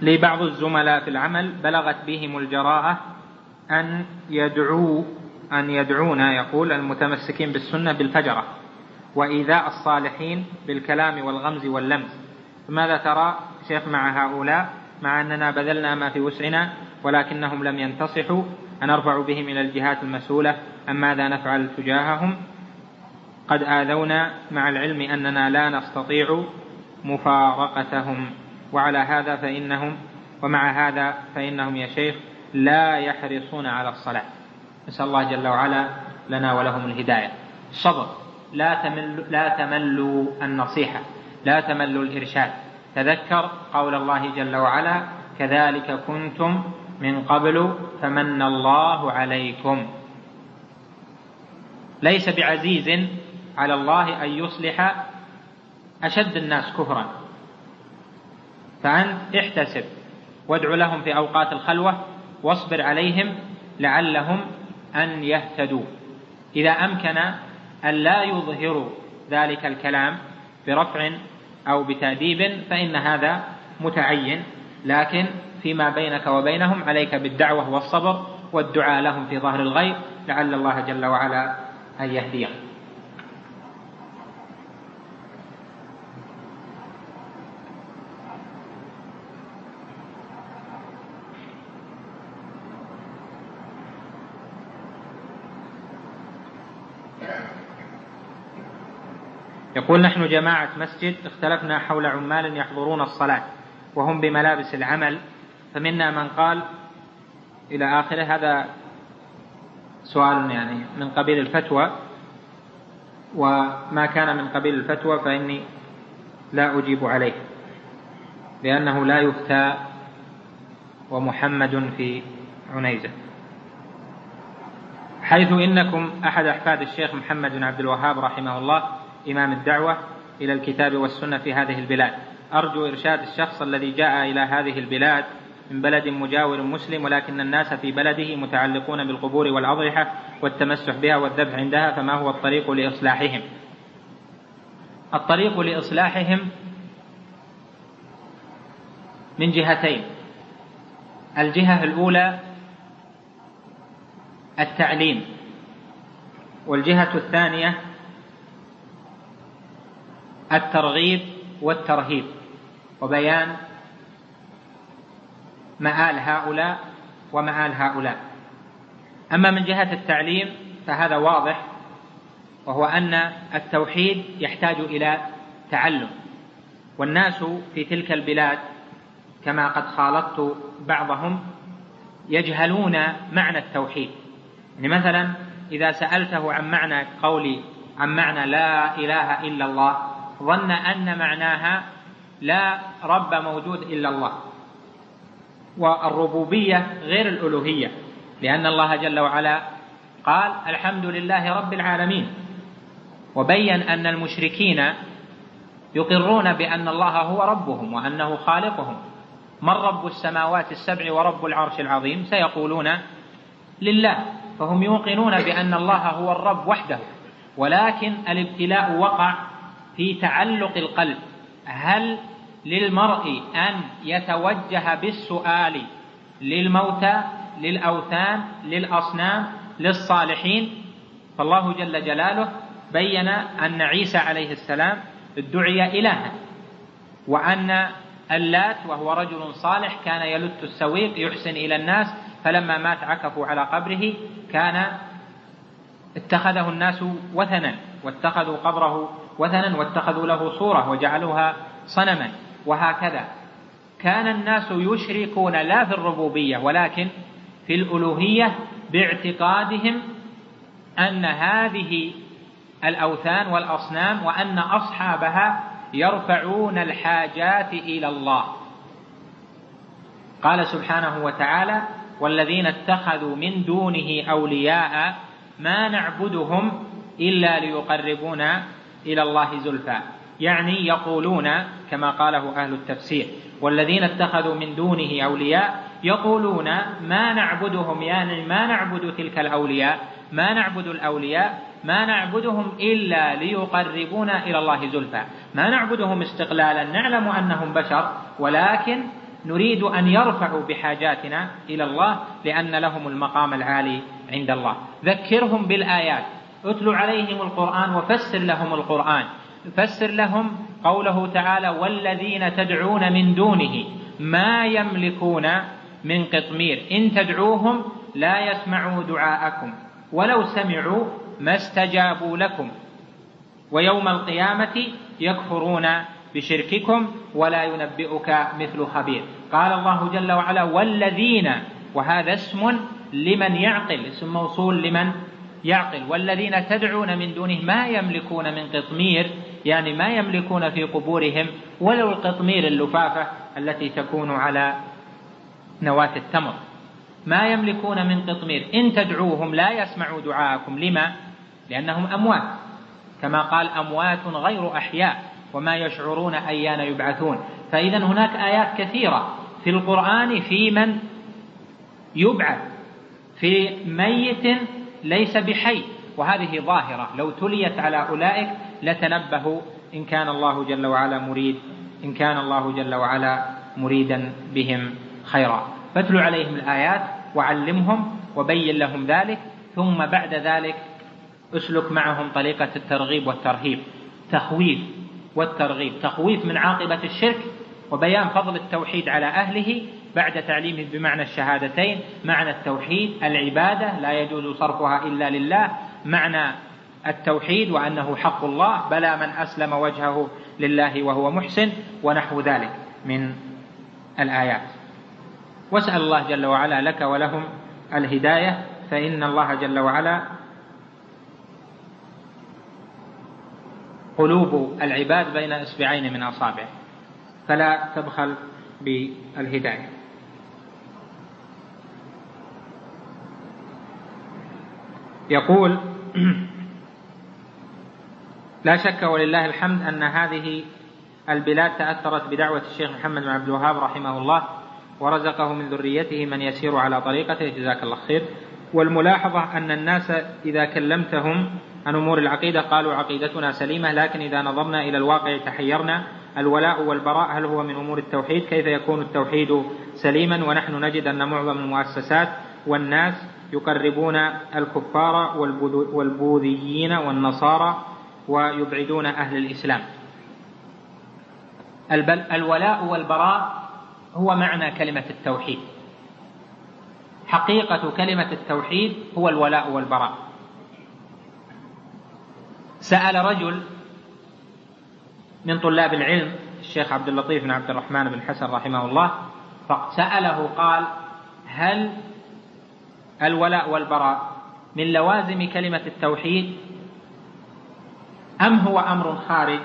لي بعض الزملاء في العمل بلغت بهم الجراءة أن يدعوا أن يدعونا يقول المتمسكين بالسنة بالفجرة وإيذاء الصالحين بالكلام والغمز واللمز، فماذا ترى شيخ مع هؤلاء مع أننا بذلنا ما في وسعنا ولكنهم لم ينتصحوا أن نرفع بهم إلى الجهات المسؤولة أم ماذا نفعل تجاههم؟ قد آذونا مع العلم أننا لا نستطيع مفارقتهم، وعلى هذا فإنهم ومع هذا فإنهم يا شيخ لا يحرصون على الصلاة. نسأل الله جل وعلا لنا ولهم الهداية. الصبر، لا تمل لا تملوا النصيحة، لا تملوا الإرشاد. تذكر قول الله جل وعلا: كذلك كنتم من قبل فمن الله عليكم. ليس بعزيز على الله أن يصلح أشد الناس كفرا، فأنت احتسب وادع لهم في أوقات الخلوة واصبر عليهم لعلهم أن يهتدوا. إذا أمكن أن لا يظهروا ذلك الكلام برفع أو بتأديب فإن هذا متعين، لكن فيما بينك وبينهم عليك بالدعوة والصبر والدعاء لهم في ظهر الغيب لعل الله جل وعلا أن يهديهم. يقول: نحن جماعة مسجد اختلفنا حول عمال يحضرون الصلاة وهم بملابس العمل، فمنا من قال إلى آخره. هذا سؤال يعني من قبيل الفتوى، وما كان من قبيل الفتوى فإني لا أجيب عليه لأنه لا يفتى ومحمد في عنيزة، حيث إنكم أحد أحفاد الشيخ محمد بن عبد الوهاب رحمه الله إمام الدعوة إلى الكتاب والسنة في هذه البلاد. أرجو إرشاد الشخص الذي جاء إلى هذه البلاد من بلد مجاور مسلم ولكن الناس في بلده متعلقون بالقبور والأضرحة والتمسح بها والذبح عندها، فما هو الطريق لإصلاحهم؟ الطريق لإصلاحهم من جهتين: الجهة الأولى التعليم، والجهة الثانية الترغيب والترهيب وبيان مآل هؤلاء ومآل هؤلاء. أما من جهة التعليم فهذا واضح، وهو أن التوحيد يحتاج إلى تعلم، والناس في تلك البلاد كما قد خالطت بعضهم يجهلون معنى التوحيد. يعني مثلا إذا سألته عن معنى قولي عن معنى لا إله إلا الله ظن أن معناها لا رب موجود إلا الله، والربوبية غير الألوهية، لأن الله جل وعلا قال الحمد لله رب العالمين، وبين أن المشركين يقرون بأن الله هو ربهم وأنه خالقهم. من رب السماوات السبع ورب العرش العظيم؟ سيقولون لله، فهم يوقنون بأن الله هو الرب وحده، ولكن الابتلاء وقع في تعلق القلب. هل للمرء أن يتوجه بالسؤال للموتى، للأوثان، للأصنام، للصالحين؟ فالله جل جلاله بين أن عيسى عليه السلام ادعي إلها، وأن اللات وهو رجل صالح كان يلت السويق يحسن إلى الناس، فلما مات عكفوا على قبره، كان اتخذه الناس وثنا واتخذوا قبره وثنا واتخذوا له صورة وجعلوها صنما. وهكذا كان الناس يشركون لا في الربوبية ولكن في الألوهية، باعتقادهم أن هذه الأوثان والأصنام وأن أصحابها يرفعون الحاجات إلى الله. قال سبحانه وتعالى: والذين اتخذوا من دونه أولياء ما نعبدهم إلا ليقربونا إلى الله زلفى. يعني يقولون كما قاله أهل التفسير: والذين اتخذوا من دونه أولياء يقولون ما نعبدهم، يعني ما نعبد تلك الأولياء، ما نعبد الأولياء، ما نعبدهم إلا ليقربونا إلى الله زلفى، ما نعبدهم استقلالا، نعلم أنهم بشر ولكن نريد أن يرفعوا بحاجاتنا إلى الله لأن لهم المقام العالي عند الله. ذكرهم بالآيات، اتل عليهم القرآن وفسر لهم القرآن، فسر لهم قوله تعالى والذين تدعون من دونه ما يملكون من قطمير إن تدعوهم لا يسمعوا دعاءكم ولو سمعوا ما استجابوا لكم ويوم القيامة يكفرون بشرككم ولا ينبئك مثل خبير. قال الله جل وعلا والذين، وهذا اسم لمن يعقل، اسم موصول لمن يعقل. والذين تدعون من دونه ما يملكون من قطمير، يعني ما يملكون في قبورهم ولو القطمير اللفافة التي تكون على نواة التمر، ما يملكون من قطمير إن تدعوهم لا يسمعوا دعاءكم. لما؟ لأنهم أموات، كما قال أموات غير أحياء وما يشعرون أيان يبعثون. فإذا هناك آيات كثيرة في القرآن في من يبعث، في ميت ليس بحي، وهذه ظاهرة لو تليت على أولئك لتنبهوا إن كان الله جل وعلا مريد إن كان الله جل وعلا مريدا بهم خيرا. فاتلوا عليهم الآيات وعلمهم وبين لهم ذلك، ثم بعد ذلك اسلك معهم طريقة الترغيب والترهيب، تخويف والترغيب، تخويف من عاقبة الشرك وبيان فضل التوحيد على أهله بعد تعليمه بمعنى الشهادتين، معنى التوحيد العبادة لا يجوز صرفها إلا لله، معنى التوحيد وأنه حق الله، بلى من أسلم وجهه لله وهو محسن، ونحو ذلك من الآيات. واسأل الله جل وعلا لك ولهم الهداية، فإن الله جل وعلا قلوب العباد بين إصبعين من أصابعه، فلا تبخل بالهداية. يقول لا شك ولله الحمد أن هذه البلاد تأثرت بدعوة الشيخ محمد بن عبد الوهاب رحمه الله ورزقه من ذريته من يسير على طريقته، جزاك الله خير. والملاحظة أن الناس إذا كلمتهم عن أمور العقيدة قالوا عقيدتنا سليمة، لكن إذا نظرنا إلى الواقع تحيرنا. الولاء والبراء هل هو من أمور التوحيد؟ كيف يكون التوحيد سليما ونحن نجد أن معظم المؤسسات والناس يقربون الكفار والبوذيين والنصارى ويبعدون أهل الإسلام؟ الولاء والبراء هو معنى كلمة التوحيد، حقيقة كلمة التوحيد هو الولاء والبراء. سأل رجل من طلاب العلم الشيخ عبد اللطيف بن عبد الرحمن بن حسن رحمه الله، فسأله قال هل الولاء والبراء من لوازم كلمة التوحيد أم هو أمر خارج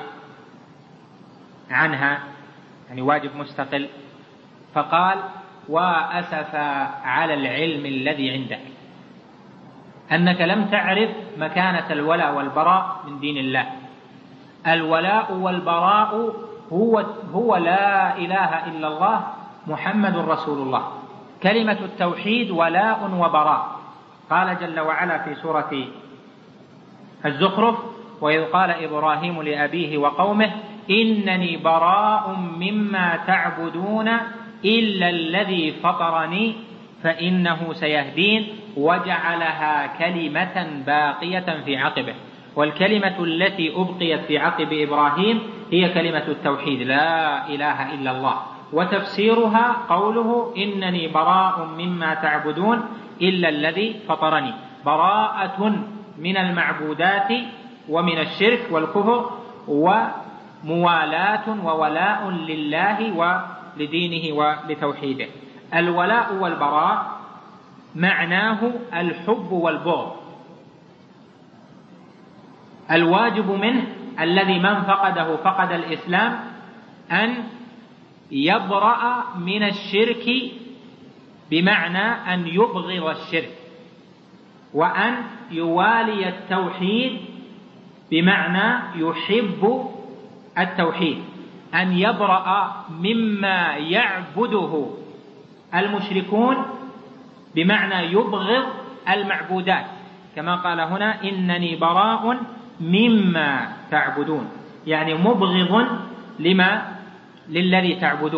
عنها، يعني واجب مستقل؟ فقال وأسفا على العلم الذي عندك أنك لم تعرف مكانة الولاء والبراء من دين الله. الولاء والبراء هو, هو لا إله إلا الله محمد رسول الله. كلمة التوحيد ولاء وبراء. قال جل وعلا في سورة الزخرف وإذ قال إبراهيم لأبيه وقومه إنني براء مما تعبدون إلا الذي فطرني فإنه سيهدين وجعلها كلمة باقية في عقبه. والكلمة التي أبقيت في عقب إبراهيم هي كلمة التوحيد لا إله إلا الله. وتفسيرها قوله إنني براء مما تعبدون إلا الذي فطرني، براءة من المعبودات ومن الشرك والكفر، وموالاة وولاء لله ولدينه ولتوحيده. الولاء والبراء معناه الحب والبغض. الواجب منه الذي من فقده فقد الإسلام أن يبرأ من الشرك، بمعنى أن يبغض الشرك، وأن يوالي التوحيد بمعنى يحب التوحيد، أن يبرأ مما يعبده المشركون بمعنى يبغض المعبودات، كما قال هنا إنني براء مما تعبدون، يعني مبغض لما للذي تعبدون.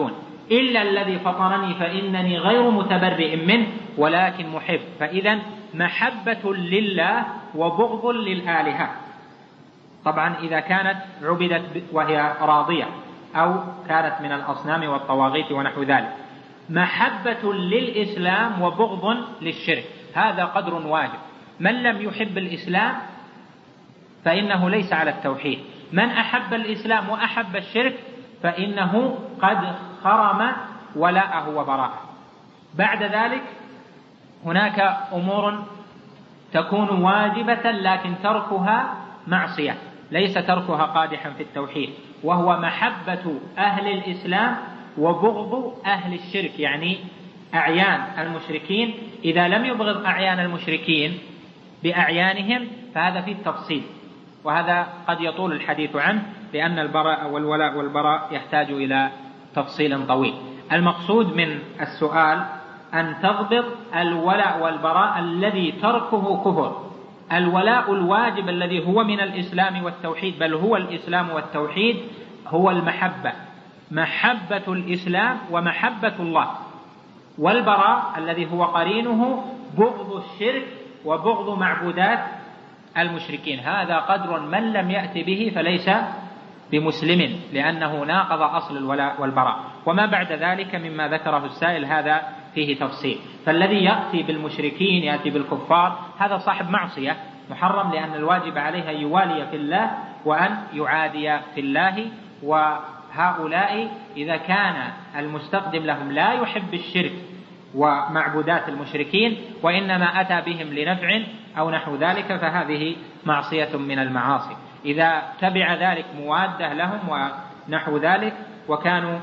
إلا الذي فطرني فإنني غير متبرئ منه ولكن محب. فإذا محبة لله وبغض للآلهة، طبعا إذا كانت عبدت وهي راضية أو كانت من الأصنام والطواغيت ونحو ذلك. محبة للإسلام وبغض للشرك، هذا قدر واجب. من لم يحب الإسلام فإنه ليس على التوحيد، من أحب الإسلام وأحب الشرك فإنه قد خرم ولاءه وبراءه. بعد ذلك هناك أمور تكون واجبة لكن تركها معصية، ليس تركها قادحا في التوحيد، وهو محبة أهل الإسلام وبغض أهل الشرك، يعني أعيان المشركين. إذا لم يبغض أعيان المشركين بأعيانهم فهذا فيه التفصيل، وهذا قد يطول الحديث عنه لأن البراء والولاء والبراء يحتاج إلى تفصيل طويل. المقصود من السؤال أن تضبط الولاء والبراء الذي تركه كفر. الولاء الواجب الذي هو من الإسلام والتوحيد، بل هو الإسلام والتوحيد، هو المحبة، محبة الإسلام ومحبة الله. والبراء الذي هو قرينه بغض الشرك وبغض معبودات المشركين. هذا قدر من لم يأتي به فليس بمسلم، لأنه ناقض أصل الولاء والبراء. وما بعد ذلك مما ذكره السائل هذا فيه تفصيل. فالذي يأتي بالمشركين يأتي بالكفار هذا صاحب معصية محرم، لأن الواجب عليه أن يوالي في الله وأن يعادي في الله. وهؤلاء إذا كان المستقدم لهم لا يحب الشرك ومعبودات المشركين وإنما أتى بهم لنفع أو نحو ذلك فهذه معصية من المعاصي. إذا تبع ذلك موادة لهم ونحو ذلك وكانوا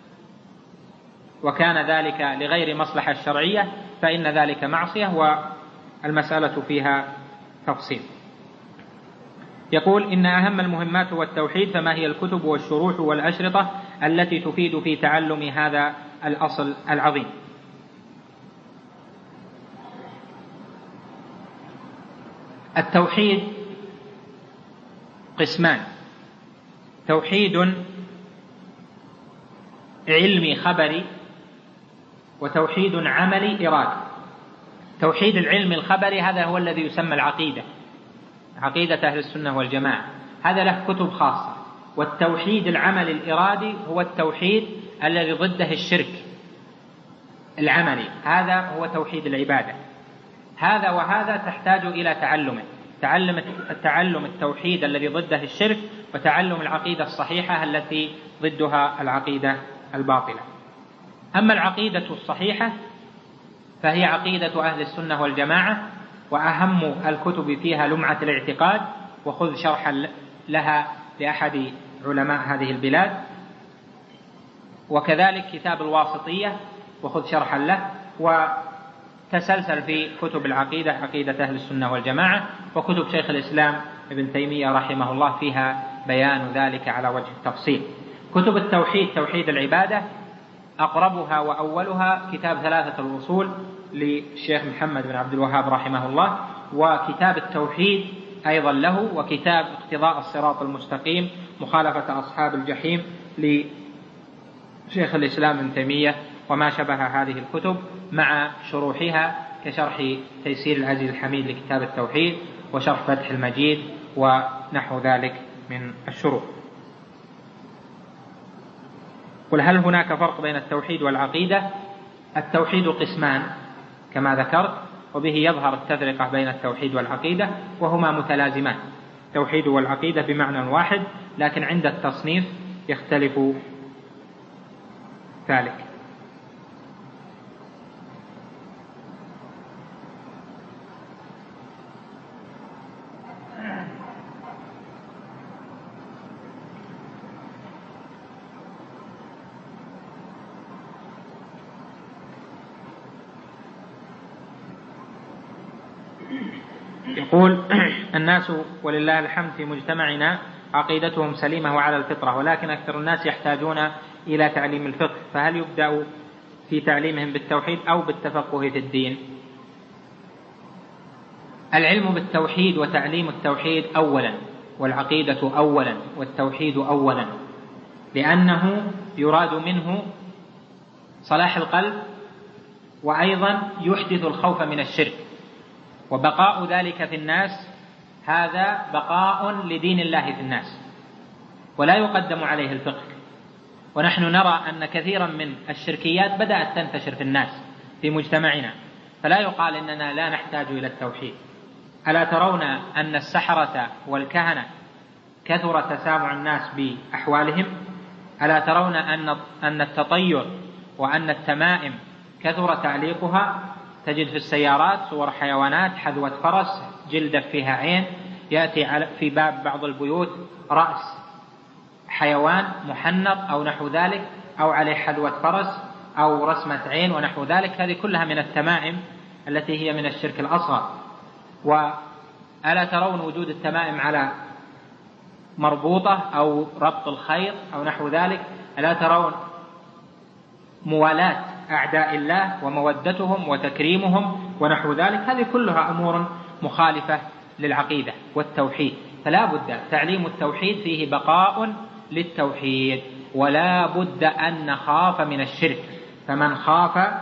وكان ذلك لغير مصلحة الشرعية فإن ذلك معصية، والمسألة فيها تفصيل. يقول: إن أهم المهمات هو التوحيد، فما هي الكتب والشروح والأشرطة التي تفيد في تعلم هذا الأصل العظيم؟ التوحيد قسمان: توحيد علمي خبري، وتوحيد عملي إرادي. توحيد العلم الخبري هذا هو الذي يسمى العقيدة، عقيدة أهل السنة والجماعة، هذا له كتب خاصة. والتوحيد العملي الإرادي هو التوحيد الذي ضده الشرك العملي، هذا هو توحيد العبادة. هذا وهذا تحتاج إلى تعلمه، تعلم التعلم التوحيد الذي ضده الشرك، وتعلم العقيدة الصحيحة التي ضدها العقيدة الباطلة. أما العقيدة الصحيحة فهي عقيدة أهل السنة والجماعة، وأهم الكتب فيها لمعة الاعتقاد، وخذ شرحا لها لأحد علماء هذه البلاد، وكذلك كتاب الواسطية وخذ شرحا له، وتسلسل في كتب العقيدة عقيدة أهل السنة والجماعة، وكتب شيخ الإسلام ابن تيمية رحمه الله فيها بيان ذلك على وجه التفصيل. كتب التوحيد توحيد العبادة أقربها وأولها كتاب ثلاثة الأصول للشيخ محمد بن عبد الوهاب رحمه الله، وكتاب التوحيد أيضا له، وكتاب اقتضاء الصراط المستقيم مخالفة أصحاب الجحيم لشيخ الإسلام ابن تيمية، وما شبه هذه الكتب مع شروحها كشرح تيسير العزيز الحميد لكتاب التوحيد، وشرح فتح المجيد ونحو ذلك من الشروح. قل: هل هناك فرق بين التوحيد والعقيدة؟ التوحيد قسمان كما ذكرت، وبه يظهر التفرقة بين التوحيد والعقيدة، وهما متلازمان، التوحيد والعقيدة بمعنى واحد، لكن عند التصنيف يختلف ذلك. يقول: الناس ولله الحمد في مجتمعنا عقيدتهم سليمة وعلى الفطرة، ولكن أكثر الناس يحتاجون إلى تعليم الفقه، فهل يبدأ في تعليمهم بالتوحيد أو بالتفقه في الدين؟ العلم بالتوحيد وتعليم التوحيد أولا، والعقيدة أولا، والتوحيد أولا، لأنه يراد منه صلاح القلب، وأيضا يحدث الخوف من الشرك، وبقاء ذلك في الناس هذا بقاء لدين الله في الناس، ولا يقدم عليه الفقه. ونحن نرى أن كثيرا من الشركيات بدأت تنتشر في الناس في مجتمعنا، فلا يقال إننا لا نحتاج إلى التوحيد. ألا ترون أن السحرة والكهنة كثر تسامع الناس بأحوالهم؟ ألا ترون أن أن التطير وأن التمائم كثر تعليقها؟ تجد في السيارات صور حيوانات، حذوة فرس، جلدة فيها عين، يأتي في باب بعض البيوت رأس حيوان محنط أو نحو ذلك، أو عليه حذوة فرس أو رسمة عين ونحو ذلك. هذه كلها من التمائم التي هي من الشرك الأصغر. وألا ترون وجود التمائم على مربوطة أو ربط الخيط أو نحو ذلك؟ ألا ترون موالاة أعداء الله ومودتهم وتكريمهم ونحو ذلك؟ هذه كلها أمور مخالفة للعقيدة والتوحيد. فلا بد تعليم التوحيد فيه بقاء للتوحيد، ولا بد أن نخاف من الشرك، فمن خاف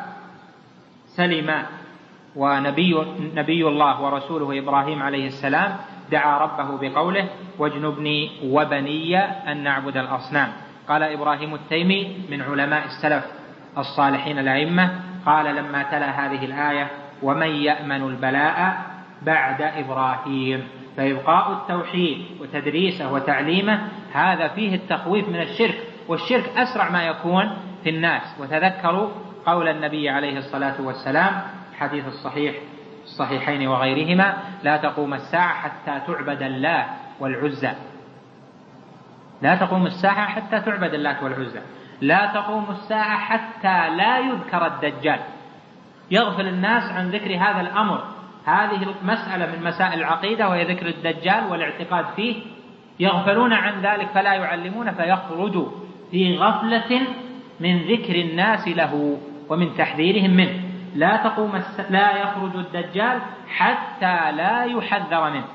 سلم. ونبي نبي الله ورسوله إبراهيم عليه السلام دعا ربه بقوله: واجنبني وبني أن نعبد الأصنام. قال إبراهيم التيمي من علماء السلف الصالحين الأئمة، قال لما تلا هذه الآية: ومن يأمن البلاء بعد إبراهيم. فإبقاء التوحيد وتدريسه وتعليمه هذا فيه التخويف من الشرك، والشرك أسرع ما يكون في الناس. وتذكروا قول النبي عليه الصلاة والسلام حديث الصحيح الصحيحين وغيرهما: لا تقوم الساعة حتى تعبد الله والعزى. لا تقوم الساعة حتى تعبد الله والعزى. لا تقوم الساعة حتى لا يذكر الدجال. يغفل الناس عن ذكر هذا الأمر. هذه مسألة من مسائل العقيدة وهي ذكر الدجال والاعتقاد فيه، يغفلون عن ذلك فلا يعلمون، فيخرج في غفلة من ذكر الناس له ومن تحذيرهم منه. لا تقوم الس... لا يخرج الدجال حتى لا يحذر منه،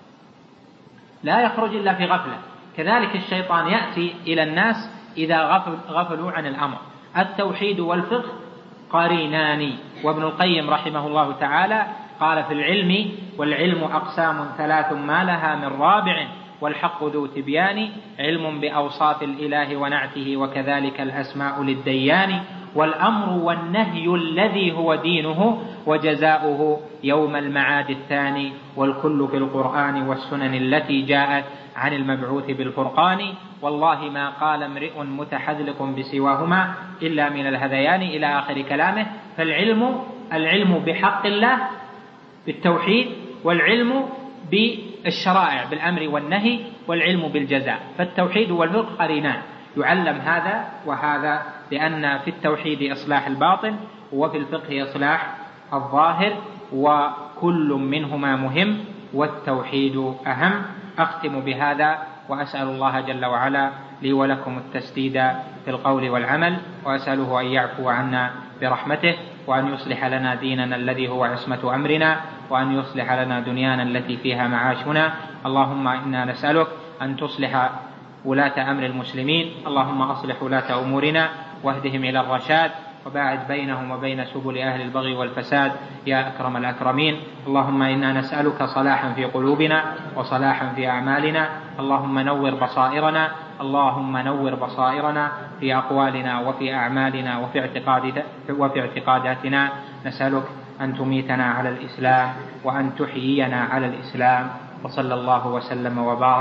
لا يخرج إلا في غفلة. كذلك الشيطان يأتي إلى الناس إذا غفل غفلوا عن الأمر. التوحيد والفقه قرينان. وابن القيم رحمه الله تعالى قال في العلم: والعلم أقسام ثلاث ما لها من رابع، والحق ذو تبيان، علم بأوصاف الإله ونعته، وكذلك الأسماء للديان، والأمر والنهي الذي هو دينه، وجزاؤه يوم المعاد الثاني، والكل في القرآن والسنن التي جاءت عن المبعوث بالفرقان، والله ما قال امرئ متحذلق بسواهما إلا من الهذيان، إلى آخر كلامه. فالعلم العلم بحق الله بالتوحيد، والعلم بالشرائع بالأمر والنهي، والعلم بالجزاء. فالتوحيد والفقه قرينان، يعلم هذا وهذا، لأن في التوحيد إصلاح الباطن وفي الفقه إصلاح الظاهر، وكل منهما مهم والتوحيد أهم. أختم بهذا وأسأل الله جل وعلا لي ولكم التسديد في القول والعمل، وأسأله أن يعفو عنا برحمته، وأن يصلح لنا ديننا الذي هو عصمة أمرنا، وأن يصلح لنا دنيانا التي فيها معاشنا. اللهم إنا نسألك أن تصلح ولاة أمر المسلمين، اللهم أصلح ولاة أمورنا واهدهم إلى الرشاد، وباعد بينهم وبين سبل أهل البغي والفساد يا أكرم الأكرمين. اللهم إنا نسألك صلاحا في قلوبنا وصلاحا في أعمالنا. اللهم نور بصائرنا اللهم نور بصائرنا في أقوالنا وفي أعمالنا وفي اعتقاد وفي اعتقاداتنا. نسألك أن تميتنا على الإسلام وأن تحيينا على الإسلام، وصلى الله وسلم وبارك